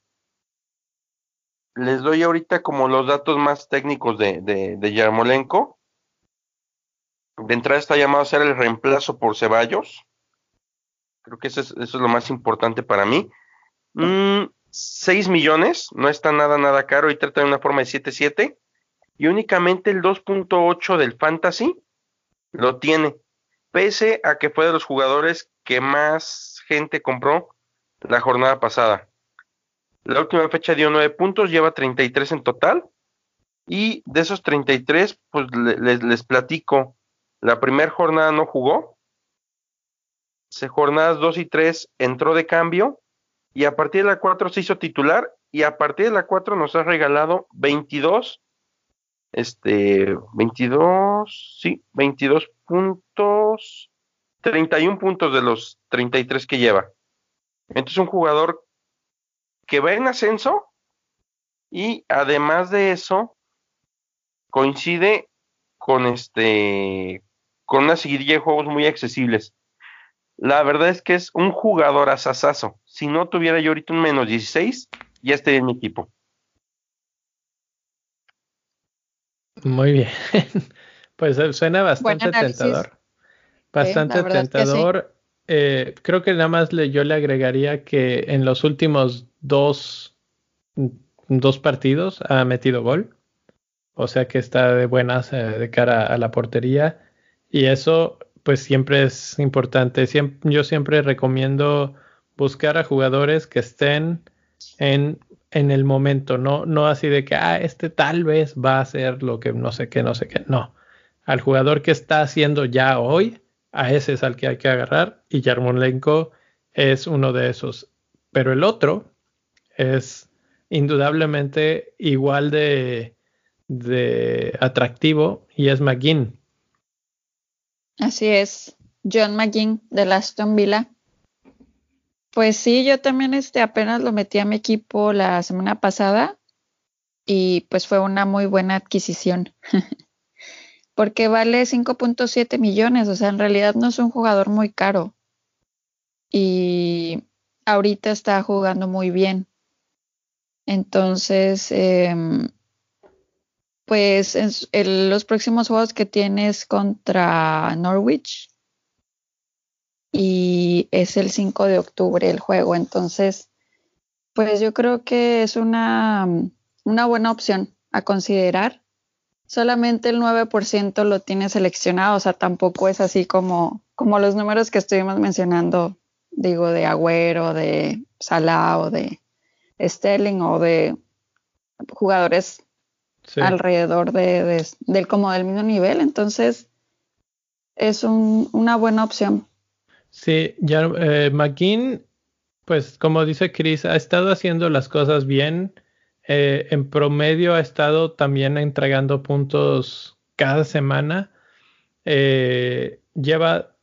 Les doy ahorita como los datos más técnicos de, de, de Yarmolenko. De entrada está llamado a ser el reemplazo por Ceballos. Creo que eso es, eso es lo más importante para mí. Mm, seis millones, no está nada, nada caro, y trata de una forma de siete siete. Y únicamente el dos punto ocho del Fantasy lo tiene. Pese a que fue de los jugadores que más gente compró la jornada pasada. La última fecha dio nueve puntos, lleva treinta y tres en total. Y de esos treinta y tres, pues les, les platico. La primera jornada no jugó. Se jornadas dos y tres entró de cambio. Y a partir de la cuatro se hizo titular. Y a partir de la cuatro nos ha regalado veintidós. Este, veintidós, sí, veintidós puntos. treinta y uno puntos de los treinta y tres que lleva. Entonces un jugador que va en ascenso. Y además de eso, coincide con este con una seguidilla de juegos muy accesibles. La verdad es que es un jugador asasazo. Si no tuviera yo ahorita un menos dieciséis, ya estaría en mi equipo. Muy bien. Pues suena bastante tentador. Bastante sí, tentador. Sí. Eh, creo que nada más le, yo le agregaría que en los últimos dos, dos partidos ha metido gol. O sea que está de buenas eh, de cara a la portería. Y eso pues siempre es importante. Siempre, yo siempre recomiendo buscar a jugadores que estén en, en el momento. No, no así de que ah, este tal vez va a hacer lo que no sé qué, no sé qué. No. Al jugador que está haciendo ya hoy, a ese es al que hay que agarrar. Y Yarmolenko es uno de esos. Pero el otro es indudablemente igual de... de atractivo y es McGinn. Así es, John McGinn de Aston Villa. Pues sí, yo también este apenas lo metí a mi equipo la semana pasada y pues fue una muy buena adquisición. Porque vale cinco punto siete millones, o sea, en realidad no es un jugador muy caro. Y ahorita está jugando muy bien. Entonces, eh, pues en, en los próximos juegos que tienes contra Norwich y es el cinco de octubre el juego, entonces pues yo creo que es una, una buena opción a considerar. Solamente el nueve por ciento lo tiene seleccionado, o sea, tampoco es así como, como los números que estuvimos mencionando, digo, de Agüero, de Salah o de Sterling o de jugadores sí. alrededor de, de, del como del mismo nivel, entonces es un, una buena opción. Sí, ya eh, McGinn, pues como dice Chris, ha estado haciendo las cosas bien. Eh, en promedio ha estado también entregando puntos cada semana. Eh, lleva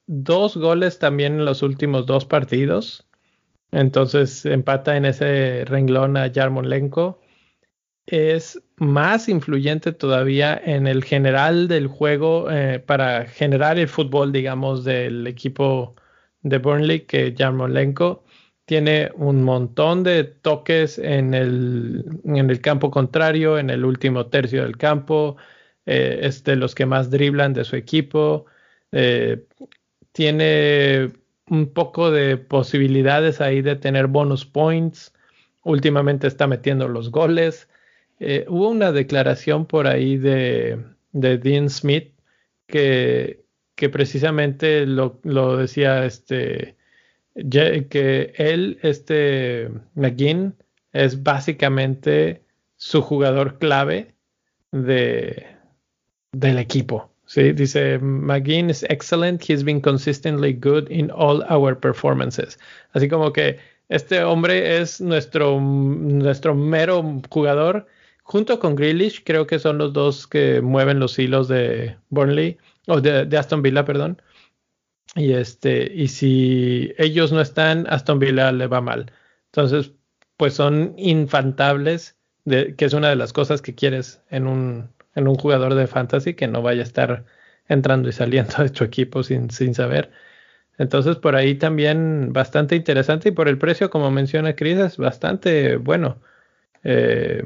dos goles también en los últimos dos partidos. Entonces empata en ese renglón a Yarmolenko. Es más influyente todavía en el general del juego eh, para generar el fútbol, digamos, del equipo de Burnley que Yarmolenko. Tiene un montón de toques en el, en el campo contrario, en el último tercio del campo. Eh, es de los que más driblan de su equipo. Eh, tiene un poco de posibilidades ahí de tener bonus points. Últimamente está metiendo los goles. Eh, hubo una declaración por ahí de, de Dean Smith que, que precisamente lo, lo decía este que él, este McGinn, es básicamente su jugador clave de, del equipo. ¿Sí? Dice, McGinn is excellent, he's been consistently good in all our performances. Así como que este hombre es nuestro, nuestro mero jugador. Junto con Grealish, creo que son los dos que mueven los hilos de Burnley, o de, de Aston Villa, perdón. Y este, y si ellos no están, Aston Villa le va mal. Entonces, pues son infantables, de, que es una de las cosas que quieres en un, en un jugador de fantasy, que no vaya a estar entrando y saliendo de tu equipo sin, sin saber. Entonces, por ahí también bastante interesante, y por el precio, como menciona Chris, es bastante bueno. Eh,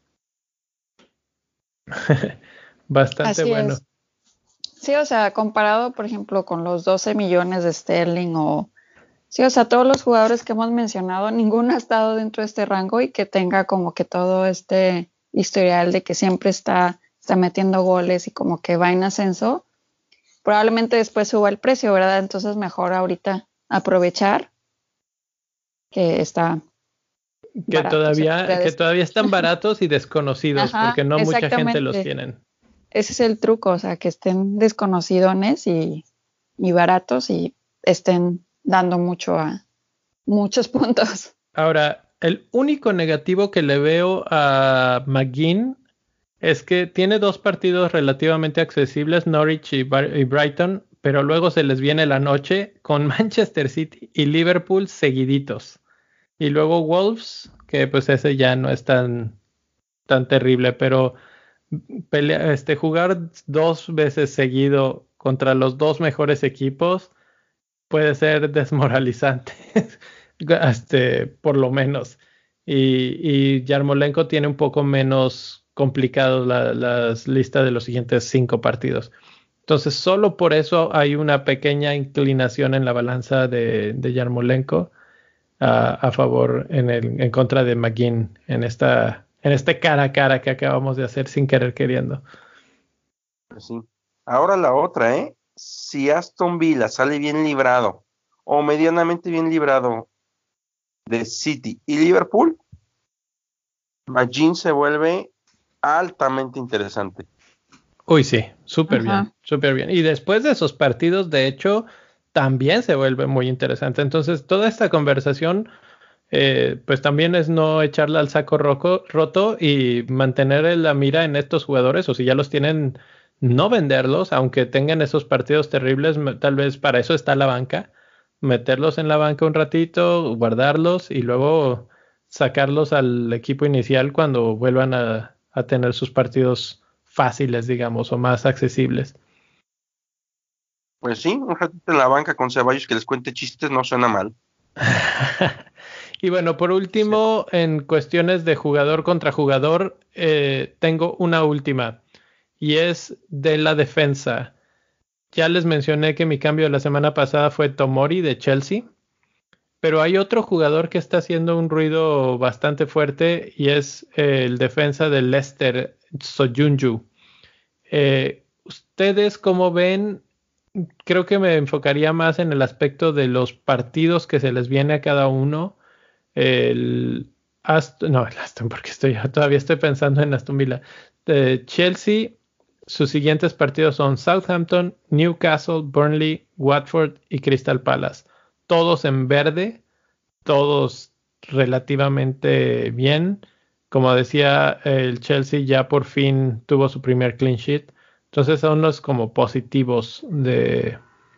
bastante Así bueno. es. Sí, o sea, comparado, por ejemplo, con los doce millones de Sterling o... Sí, o sea, todos los jugadores que hemos mencionado, ninguno ha estado dentro de este rango y que tenga como que todo este historial de que siempre está, está metiendo goles y como que va en ascenso. Probablemente después suba el precio, ¿verdad? Entonces mejor ahorita aprovechar que está que barato, todavía, o sea, que todavía están baratos y desconocidos, Ajá, porque no mucha gente los exactamente. tienen. Ese es el truco, o sea, que estén desconocidones y, y baratos y estén dando mucho a muchos puntos. Ahora, el único negativo que le veo a McGinn es que tiene dos partidos relativamente accesibles, Norwich y, Bar- y Brighton, pero luego se les viene la noche con Manchester City y Liverpool seguiditos. Y luego Wolves, que pues ese ya no es tan, tan terrible, pero pelea, este, jugar dos veces seguido contra los dos mejores equipos puede ser desmoralizante, este, por lo menos. Y, y Yarmolenko tiene un poco menos complicado la, las listas de los siguientes cinco partidos. Entonces, solo por eso hay una pequeña inclinación en la balanza de, de Yarmolenko a, a favor en, el, en contra de McGinn en esta en este cara a cara que acabamos de hacer sin querer queriendo. Pues sí. Ahora la otra, ¿eh? Si Aston Villa sale bien librado o medianamente bien librado de City y Liverpool, McGinn se vuelve altamente interesante. Uy, sí, súper bien, súper bien. Y después de esos partidos, de hecho, también se vuelve muy interesante. Entonces, toda esta conversación, eh, pues también es no echarla al saco roco, roto y mantener la mira en estos jugadores, o si ya los tienen, no venderlos, aunque tengan esos partidos terribles, tal vez para eso está la banca, meterlos en la banca un ratito, guardarlos y luego sacarlos al equipo inicial cuando vuelvan a, a tener sus partidos fáciles, digamos, o más accesibles. Pues sí, un ratito en la banca con Ceballos que les cuente chistes no suena mal. Y bueno, por último, sí. En cuestiones de jugador contra jugador, eh, tengo una última y es de la defensa. Ya les mencioné que mi cambio de la semana pasada fue Tomori de Chelsea, pero hay otro jugador que está haciendo un ruido bastante fuerte y es eh, el defensa del Leicester, Soyuncu. Eh, ¿Ustedes cómo ven? Creo que me enfocaría más en el aspecto de los partidos que se les viene a cada uno. El Aston, no, el Aston, porque estoy, todavía estoy pensando en Aston Villa. De Chelsea, sus siguientes partidos son Southampton, Newcastle, Burnley, Watford y Crystal Palace. Todos en verde, todos relativamente bien. Como decía, el Chelsea ya por fin tuvo su primer clean sheet. Entonces son los como positivos de,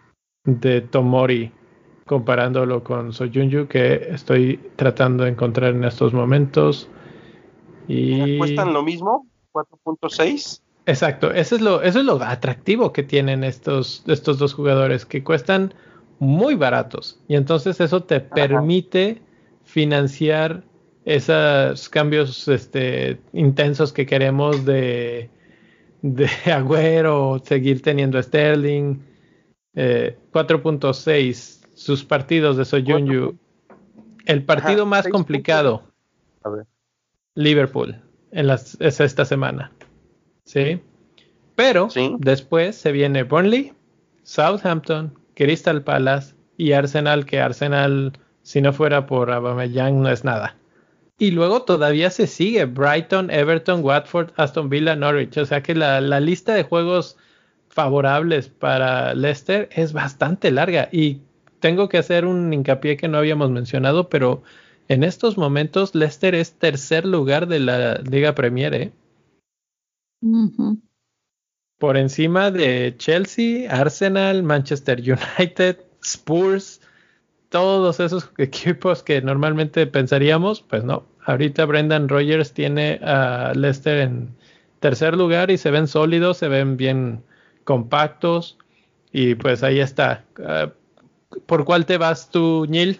de Tomori, comparándolo con Soyuncu, que estoy tratando de encontrar en estos momentos. Y ¿cuestan lo mismo? cuatro punto seis. Exacto, eso es lo, eso es lo atractivo que tienen estos, estos dos jugadores, que cuestan muy baratos. Y entonces eso te Ajá. permite financiar esos cambios este, intensos que queremos de, de Agüero, seguir teniendo a Sterling. Eh, cuatro punto seis, sus partidos de Soyuncu. El partido Ajá, más seis complicado, puntos. A ver. Liverpool, en las, es esta semana. ¿Sí? Pero Sí. después se viene Burnley, Southampton, Crystal Palace y Arsenal, que Arsenal, si no fuera por Aubameyang, no es nada. Y luego todavía se sigue Brighton, Everton, Watford, Aston Villa, Norwich. O sea que la, la lista de juegos favorables para Leicester es bastante larga. Y tengo que hacer un hincapié que no habíamos mencionado, pero en estos momentos Leicester es tercer lugar de la Liga Premier, ¿eh? Uh-huh. Por encima de Chelsea, Arsenal, Manchester United, Spurs, todos esos equipos que normalmente pensaríamos, pues no. Ahorita Brendan Rodgers tiene a Leicester en tercer lugar y se ven sólidos, se ven bien compactos y pues ahí está. Uh, ¿Por cuál te vas tú, Neil?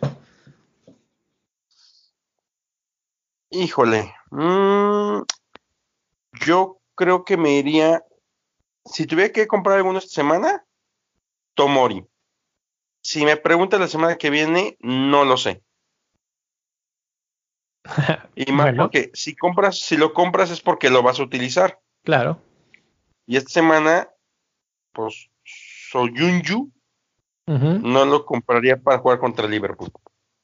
Híjole. Mm, yo creo que me iría. Si tuviera que comprar alguno esta semana, Tomori. Si me preguntas la semana que viene, no lo sé. Y más Bueno, porque si compras, si lo compras es porque lo vas a utilizar. claro. Y esta semana, pues, Soyuncu Uh-huh. no lo compraría para jugar contra Liverpool.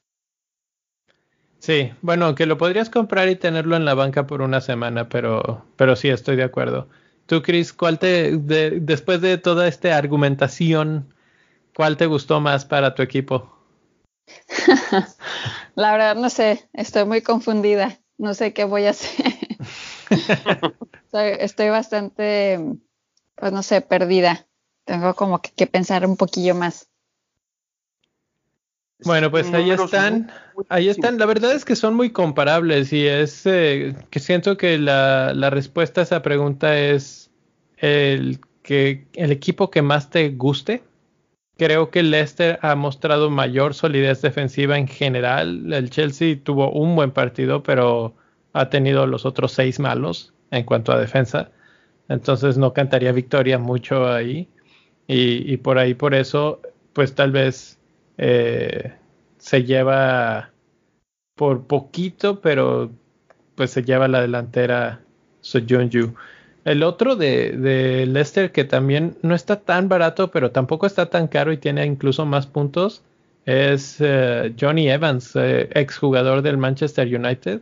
Sí, bueno, que lo podrías comprar y tenerlo en la banca por una semana, pero, pero sí, estoy de acuerdo. Tú, Chris, ¿cuál te, de, después de toda esta argumentación, cuál te gustó más para tu equipo? La verdad no sé, estoy muy confundida, no sé qué voy a hacer. Estoy, estoy bastante, pues no sé, perdida. Tengo como que, que pensar un poquillo más. Bueno, pues ahí Números muy están, ahí están. La buenísimos. verdad es que son muy comparables y es eh, que siento que la, la respuesta a esa pregunta es el que el equipo que más te guste. Creo que el Leicester ha mostrado mayor solidez defensiva en general. El Chelsea tuvo un buen partido, pero ha tenido los otros seis malos en cuanto a defensa. Entonces no cantaría victoria mucho ahí. Y, y por ahí, por eso, pues tal vez eh, se lleva por poquito, pero pues se lleva la delantera Soyuncu. El otro de, de Leicester, que también no está tan barato, pero tampoco está tan caro y tiene incluso más puntos, es uh, Johnny Evans, eh, exjugador del Manchester United.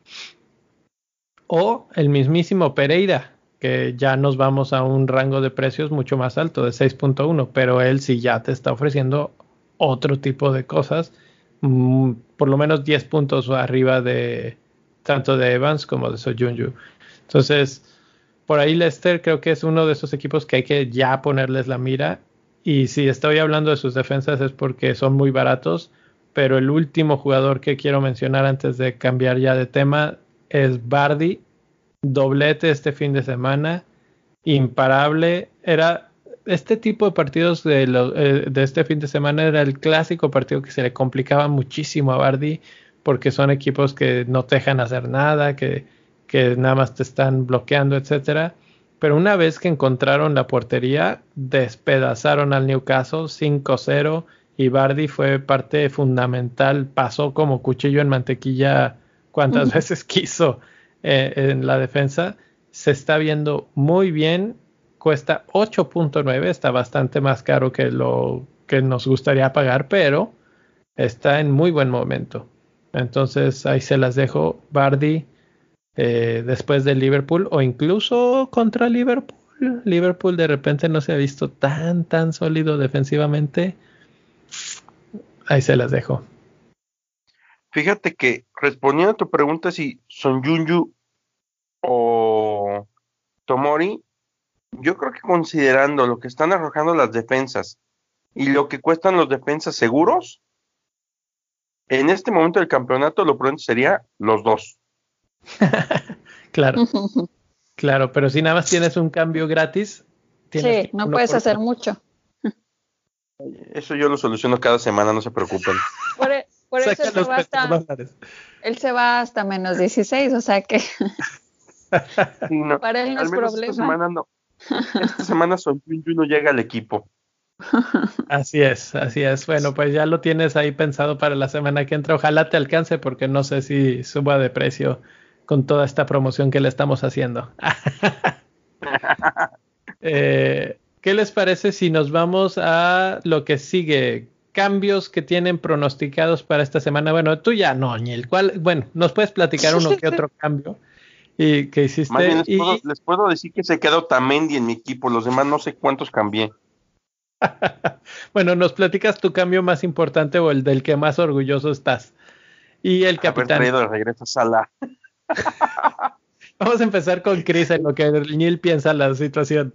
O el mismísimo Pereira, que ya nos vamos a un rango de precios mucho más alto, de seis punto uno, pero él sí ya te está ofreciendo otro tipo de cosas, mmm, por lo menos diez puntos arriba de tanto de Evans como de Soyuncu. Entonces, por ahí Leicester creo que es uno de esos equipos que hay que ya ponerles la mira. Y si estoy hablando de sus defensas es porque son muy baratos. Pero el último jugador que quiero mencionar antes de cambiar ya de tema es Vardy. Doblete este fin de semana. Imparable. Era este tipo de partidos de, lo, eh, de este fin de semana era el clásico partido que se le complicaba muchísimo a Vardy porque son equipos que no te dejan hacer nada, que que nada más te están bloqueando, etcétera. Pero una vez que encontraron la portería, despedazaron al Newcastle cinco cero y Vardy fue parte fundamental, pasó como cuchillo en mantequilla cuantas veces quiso eh, en la defensa. Se está viendo muy bien, cuesta ocho punto nueve, está bastante más caro que lo que nos gustaría pagar, pero está en muy buen momento. Entonces ahí se las dejo, Vardy. Eh, después de Liverpool o incluso contra Liverpool. Liverpool de repente no se ha visto tan, tan sólido defensivamente. Ahí se las dejo. Fíjate que respondiendo a tu pregunta si Soyuncu o Tomori, yo creo que considerando lo que están arrojando las defensas y lo que cuestan los defensas seguros, en este momento del campeonato lo prudente sería los dos. Claro, claro, pero si nada más tienes un cambio gratis, tienes sí, no puedes hacer mucho. Eso yo lo soluciono cada semana, no se preocupen. Por, e- por eso él se, va hasta, él se va hasta menos dieciséis, o sea que sí, no, para él no es problema. Esta semana no. Esta semana Son Yun no llega al equipo. Así es, así es. Bueno, pues ya lo tienes ahí pensado para la semana que entra. Ojalá te alcance porque no sé si suba de precio con toda esta promoción que le estamos haciendo. eh, ¿Qué les parece si nos vamos a lo que sigue? Cambios que tienen pronosticados para esta semana. Bueno, tú ya no, Ñel. ¿Cuál? Bueno, nos puedes platicar uno que otro cambio y que hiciste. Más bien les, y... puedo, les puedo decir que se quedó Tamendi en mi equipo. Los demás no sé cuántos cambié. Bueno, nos platicas tu cambio más importante o el del que más orgulloso estás. Y el capitán. Haber traído de regreso a Salah. Vamos a empezar con Chris en lo que Neil piensa la situación.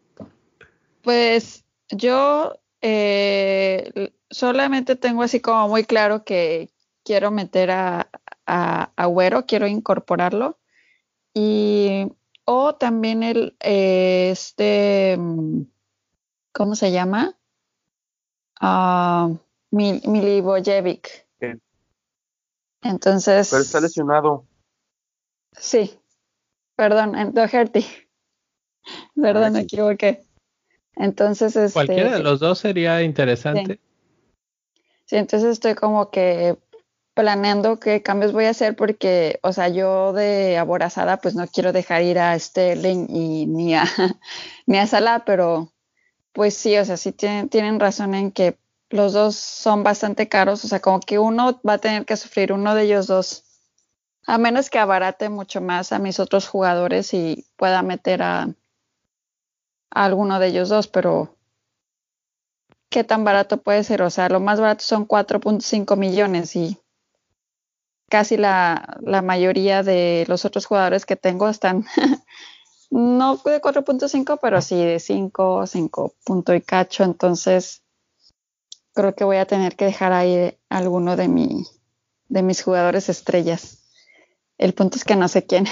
Pues yo eh, solamente tengo así como muy claro que quiero meter a, a Agüero, quiero incorporarlo. Y o también el eh, este ¿cómo se llama? Uh, Mil, Milivojevic. Okay. Entonces. Pero está lesionado. Sí. Perdón, Doherty. Perdón, Ay, me sí. equivoqué. Entonces, este. Cualquiera de los dos sería interesante. Sí. sí, entonces estoy como que planeando qué cambios voy a hacer porque, o sea, yo de aborazada pues no quiero dejar ir a Sterling y ni a ni a Salah, pero pues sí, o sea, sí tienen, tienen razón en que los dos son bastante caros, o sea, como que uno va a tener que sufrir, uno de ellos dos, a menos que abarate mucho más a mis otros jugadores y pueda meter a, a alguno de ellos dos, pero ¿qué tan barato puede ser? O sea, lo más barato son cuatro punto cinco millones y casi la, la mayoría de los otros jugadores que tengo están no de cuatro punto cinco, pero sí de cinco, cinco punto y cacho, entonces creo que voy a tener que dejar ahí alguno de, mi, de mis jugadores estrellas. El punto es que no sé quién.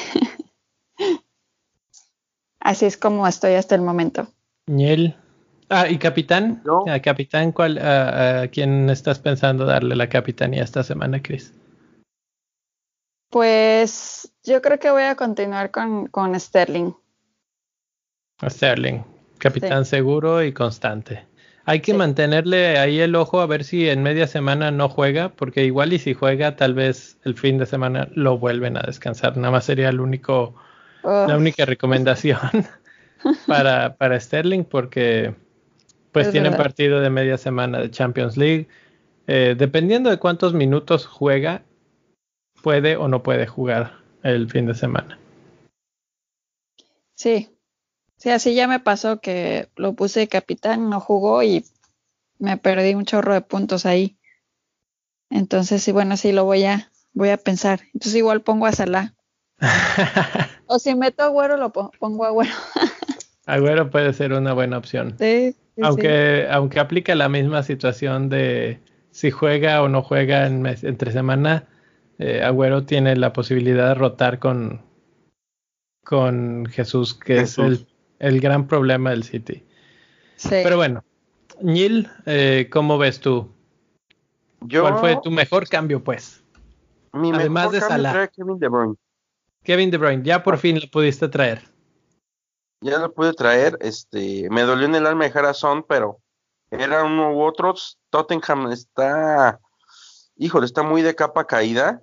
Así es como estoy hasta el momento. Ñel. Ah, ¿y capitán? ¿No? ¿A capitán cuál, a, a quién estás pensando darle la capitanía esta semana, Chris? Pues yo creo que voy a continuar con, con Sterling. A Sterling. Capitán Sí. seguro y constante. Hay que Sí. mantenerle ahí el ojo a ver si en media semana no juega, porque igual y si juega, tal vez el fin de semana lo vuelven a descansar. Nada más sería el único, Oh, la única recomendación para, para Sterling, porque pues es tienen verdad. partido de media semana de Champions League. Eh, dependiendo de cuántos minutos juega, puede o no puede jugar el fin de semana. Sí. Sí, así ya me pasó que lo puse de capitán, no jugó y me perdí un chorro de puntos ahí. Entonces, sí, bueno, sí lo voy a, voy a pensar. Entonces igual pongo a Salah. O si meto a Agüero, lo pongo, pongo a Agüero. Agüero puede ser una buena opción. Sí, sí, Aunque, sí. aunque aplica la misma situación de si juega o no juega en mes, entre semana, eh, Agüero tiene la posibilidad de rotar con, con Jesús, que Jesús. es el, el gran problema del City. Sí. Pero bueno, Ñil, eh, ¿cómo ves tú? Yo, ¿Cuál fue tu mejor cambio, pues? Mi Además mejor de cambio Salah. trae Kevin De Bruyne. Kevin De Bruyne, ya por ah. fin lo pudiste traer. Ya lo pude traer, este, me dolió en el alma dejar a Son, pero era uno u otros. Tottenham está, híjole, está muy de capa caída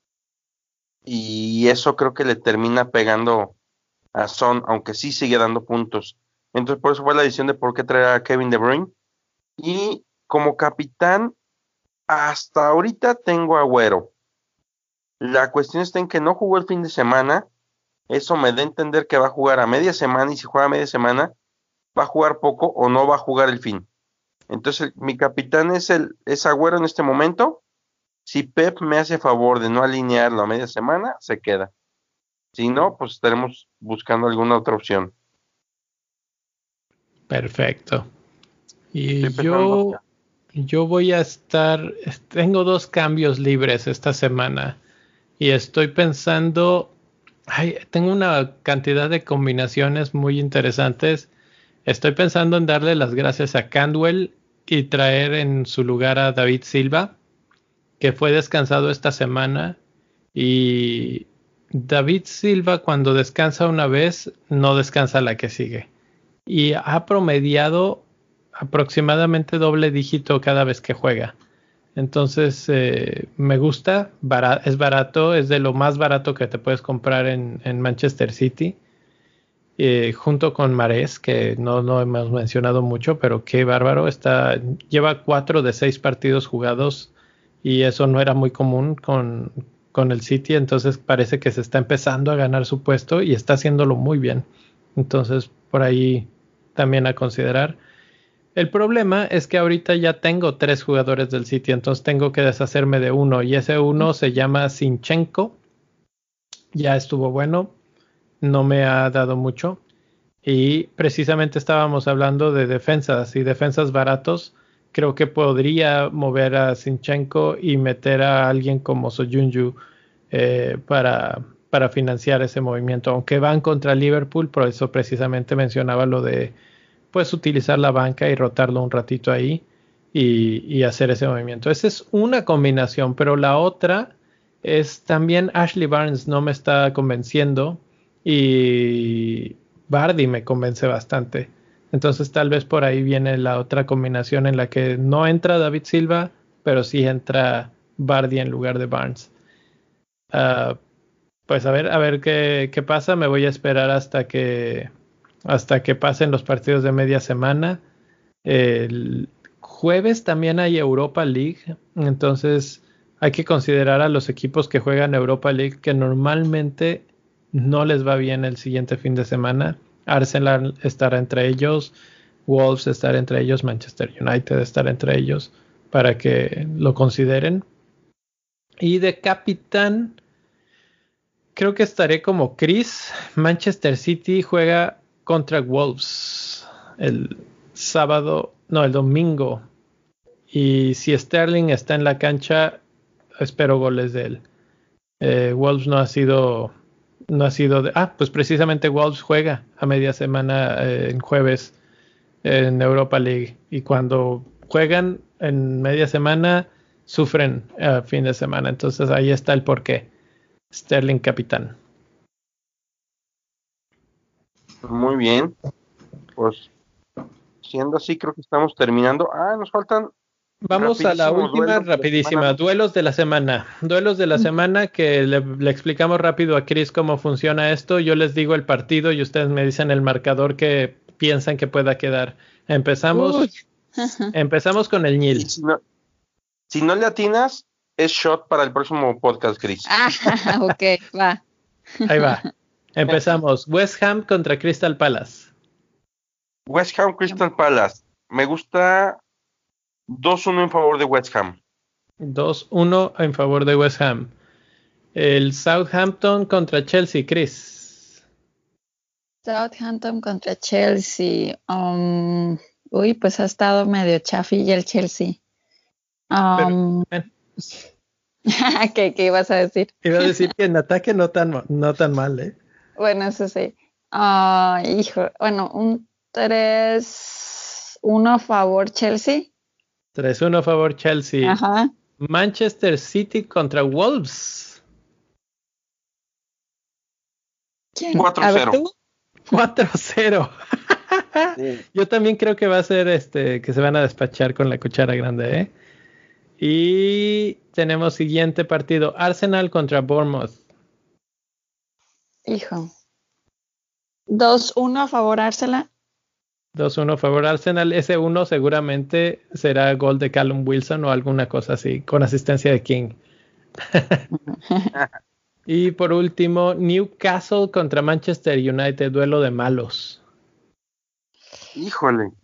y eso creo que le termina pegando a Son, aunque sí sigue dando puntos. Entonces por eso fue la decisión de por qué traer a Kevin De Bruyne. Y como capitán, hasta ahorita tengo a Agüero. La cuestión está en que no jugó el fin de semana. Eso me da a entender que va a jugar a media semana, y si juega a media semana, va a jugar poco o no va a jugar el fin. Entonces, mi capitán es el es Agüero en este momento. Si Pep me hace favor de no alinearlo a media semana, se queda. Si no, pues estaremos buscando alguna otra opción. Perfecto. Y Estoy pensando. yo, yo voy a estar, tengo dos cambios libres esta semana y estoy pensando, ay, tengo una cantidad de combinaciones muy interesantes. Estoy pensando en darle las gracias a Cantwell y traer en su lugar a David Silva, que fue descansado esta semana. Y David Silva, cuando descansa una vez, no descansa la que sigue. Y ha promediado aproximadamente doble dígito cada vez que juega. Entonces, eh, me gusta, bara- es barato, es de lo más barato que te puedes comprar en, en Manchester City, eh, junto con Mahrez, que no, no hemos mencionado mucho, pero qué bárbaro, está, lleva cuatro de seis partidos jugados y eso no era muy común con, con el City, entonces parece que se está empezando a ganar su puesto y está haciéndolo muy bien. Entonces, por ahí también a considerar. El problema es que ahorita ya tengo tres jugadores del City, entonces tengo que deshacerme de uno y ese uno se llama Zinchenko. Ya estuvo bueno, no me ha dado mucho. Y precisamente estábamos hablando de defensas y defensas baratos. Creo que podría mover a Zinchenko y meter a alguien como Soyuncu eh, para, para financiar ese movimiento. Aunque van contra Liverpool, por eso precisamente mencionaba lo de pues utilizar la banca y rotarlo un ratito ahí y, y hacer ese movimiento. Esa es una combinación, pero la otra es también Ashley Barnes no me está convenciendo y Vardy me convence bastante. Entonces tal vez por ahí viene la otra combinación en la que no entra David Silva, pero sí entra Vardy en lugar de Barnes. Uh, pues a ver, a ver qué, qué pasa. Me voy a esperar hasta que hasta que pasen los partidos de media semana. El jueves también hay Europa League, entonces hay que considerar a los equipos que juegan Europa League que normalmente no les va bien el siguiente fin de semana. Arsenal estará entre ellos, Wolves estará entre ellos, Manchester United estará entre ellos, para que lo consideren. Y de capitán, creo que estaré como Chris. Manchester City juega contra Wolves el sábado, no, el domingo. Y si Sterling está en la cancha, espero goles de él. Eh, Wolves no ha sido, no ha sido de, ah, pues precisamente Wolves juega a media semana eh, en jueves en Europa League. Y cuando juegan en media semana, sufren a fin de semana. Entonces ahí está el porqué. Sterling capitán. Muy bien. Pues siendo así, creo que estamos terminando. Ah, nos faltan Vamos a la rapidísimos última, duelos de la rapidísima. semana. Duelos de la semana. Duelos de la semana que le, le explicamos rápido a Chris cómo funciona esto. Yo les digo el partido y ustedes me dicen el marcador que piensan que pueda quedar. Empezamos, Uy. empezamos con el Y Nil. si no, si no le atinas, es shot para el próximo podcast, Chris. Ah, ok, va. Ahí va. Empezamos. West Ham contra Crystal Palace. West Ham Crystal Palace. Me gusta dos uno en favor de West Ham. dos uno en favor de West Ham. El Southampton contra Chelsea, Chris. Southampton contra Chelsea. Um, uy, pues ha estado medio chafi el Chelsea. Um, Pero, ¿Qué, ¿Qué ibas a decir? iba a decir que en ataque no tan, no tan mal, ¿eh? Bueno, eso sí. Ah, hijo, bueno, un tres uno a favor Chelsea. tres uno a favor Chelsea. Ajá. Manchester City contra Wolves. ¿Quién? cuatro A ver, cero. tú. cuatro cero. Sí. Yo también creo que va a ser este que se van a despachar con la cuchara grande, ¿eh? Y tenemos siguiente partido, Arsenal contra Bournemouth. Hijo. dos uno a favor Arsenal. dos uno a favor Arsenal. Ese uno seguramente será gol de Callum Wilson o alguna cosa así, con asistencia de King. Y por último, Newcastle contra Manchester United, duelo de malos. Híjole.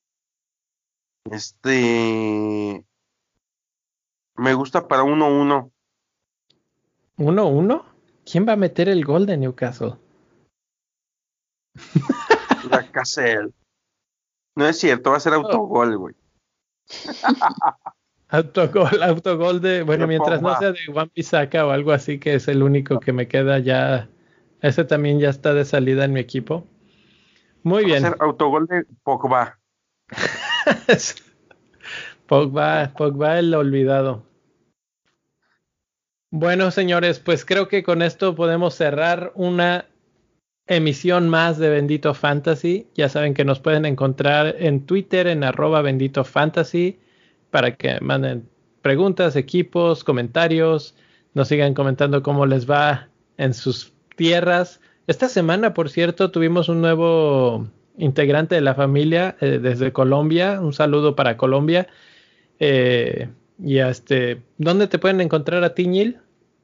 Este. Me gusta para uno uno. ¿uno uno? ¿Quién va a meter el gol de Newcastle? La Casel. No es cierto, va a ser autogol, güey. Autogol, autogol de, bueno, De mientras Pogba. no sea de Wan-Bissaka o algo así, que es el único que me queda ya. Ese también ya está de salida en mi equipo. Muy Va bien. a ser autogol de Pogba. Pogba, Pogba el olvidado. Bueno, señores, pues creo que con esto podemos cerrar una emisión más de Bendito Fantasy. Ya saben que nos pueden encontrar en Twitter en arroba Bendito Fantasy para que manden preguntas, equipos, comentarios, nos sigan comentando cómo les va en sus tierras. Esta semana, por cierto, tuvimos un nuevo integrante de la familia eh, desde Colombia. Un saludo para Colombia. Eh, y este, ¿dónde te pueden encontrar a ti, Ñil?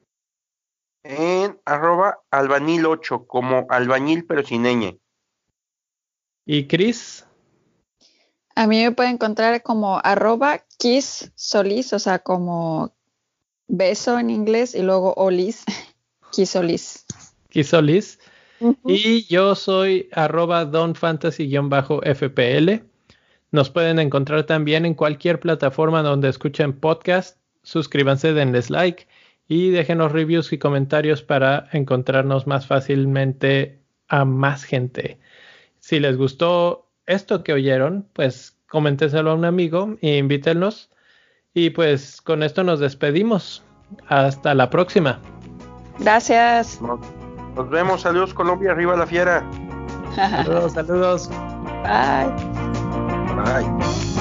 En arroba albañil ocho, como albañil pero sin ñ. ¿Y Chris? A mí me pueden encontrar como arroba kiss solís, o sea, como beso en inglés y luego olis, kiss solís. Chris Solís. Uh-huh. Y yo soy arroba donfantasy-F P L. Nos pueden encontrar también en cualquier plataforma donde escuchen podcast. Suscríbanse, denles like y déjenos reviews y comentarios para encontrarnos más fácilmente a más gente. Si les gustó esto que oyeron, pues coméntenselo a un amigo e invítenlos. Y pues con esto nos despedimos. Hasta la próxima. Gracias. Nos, nos vemos, saludos Colombia, arriba la fiera. Saludos, saludos. Bye. Bye.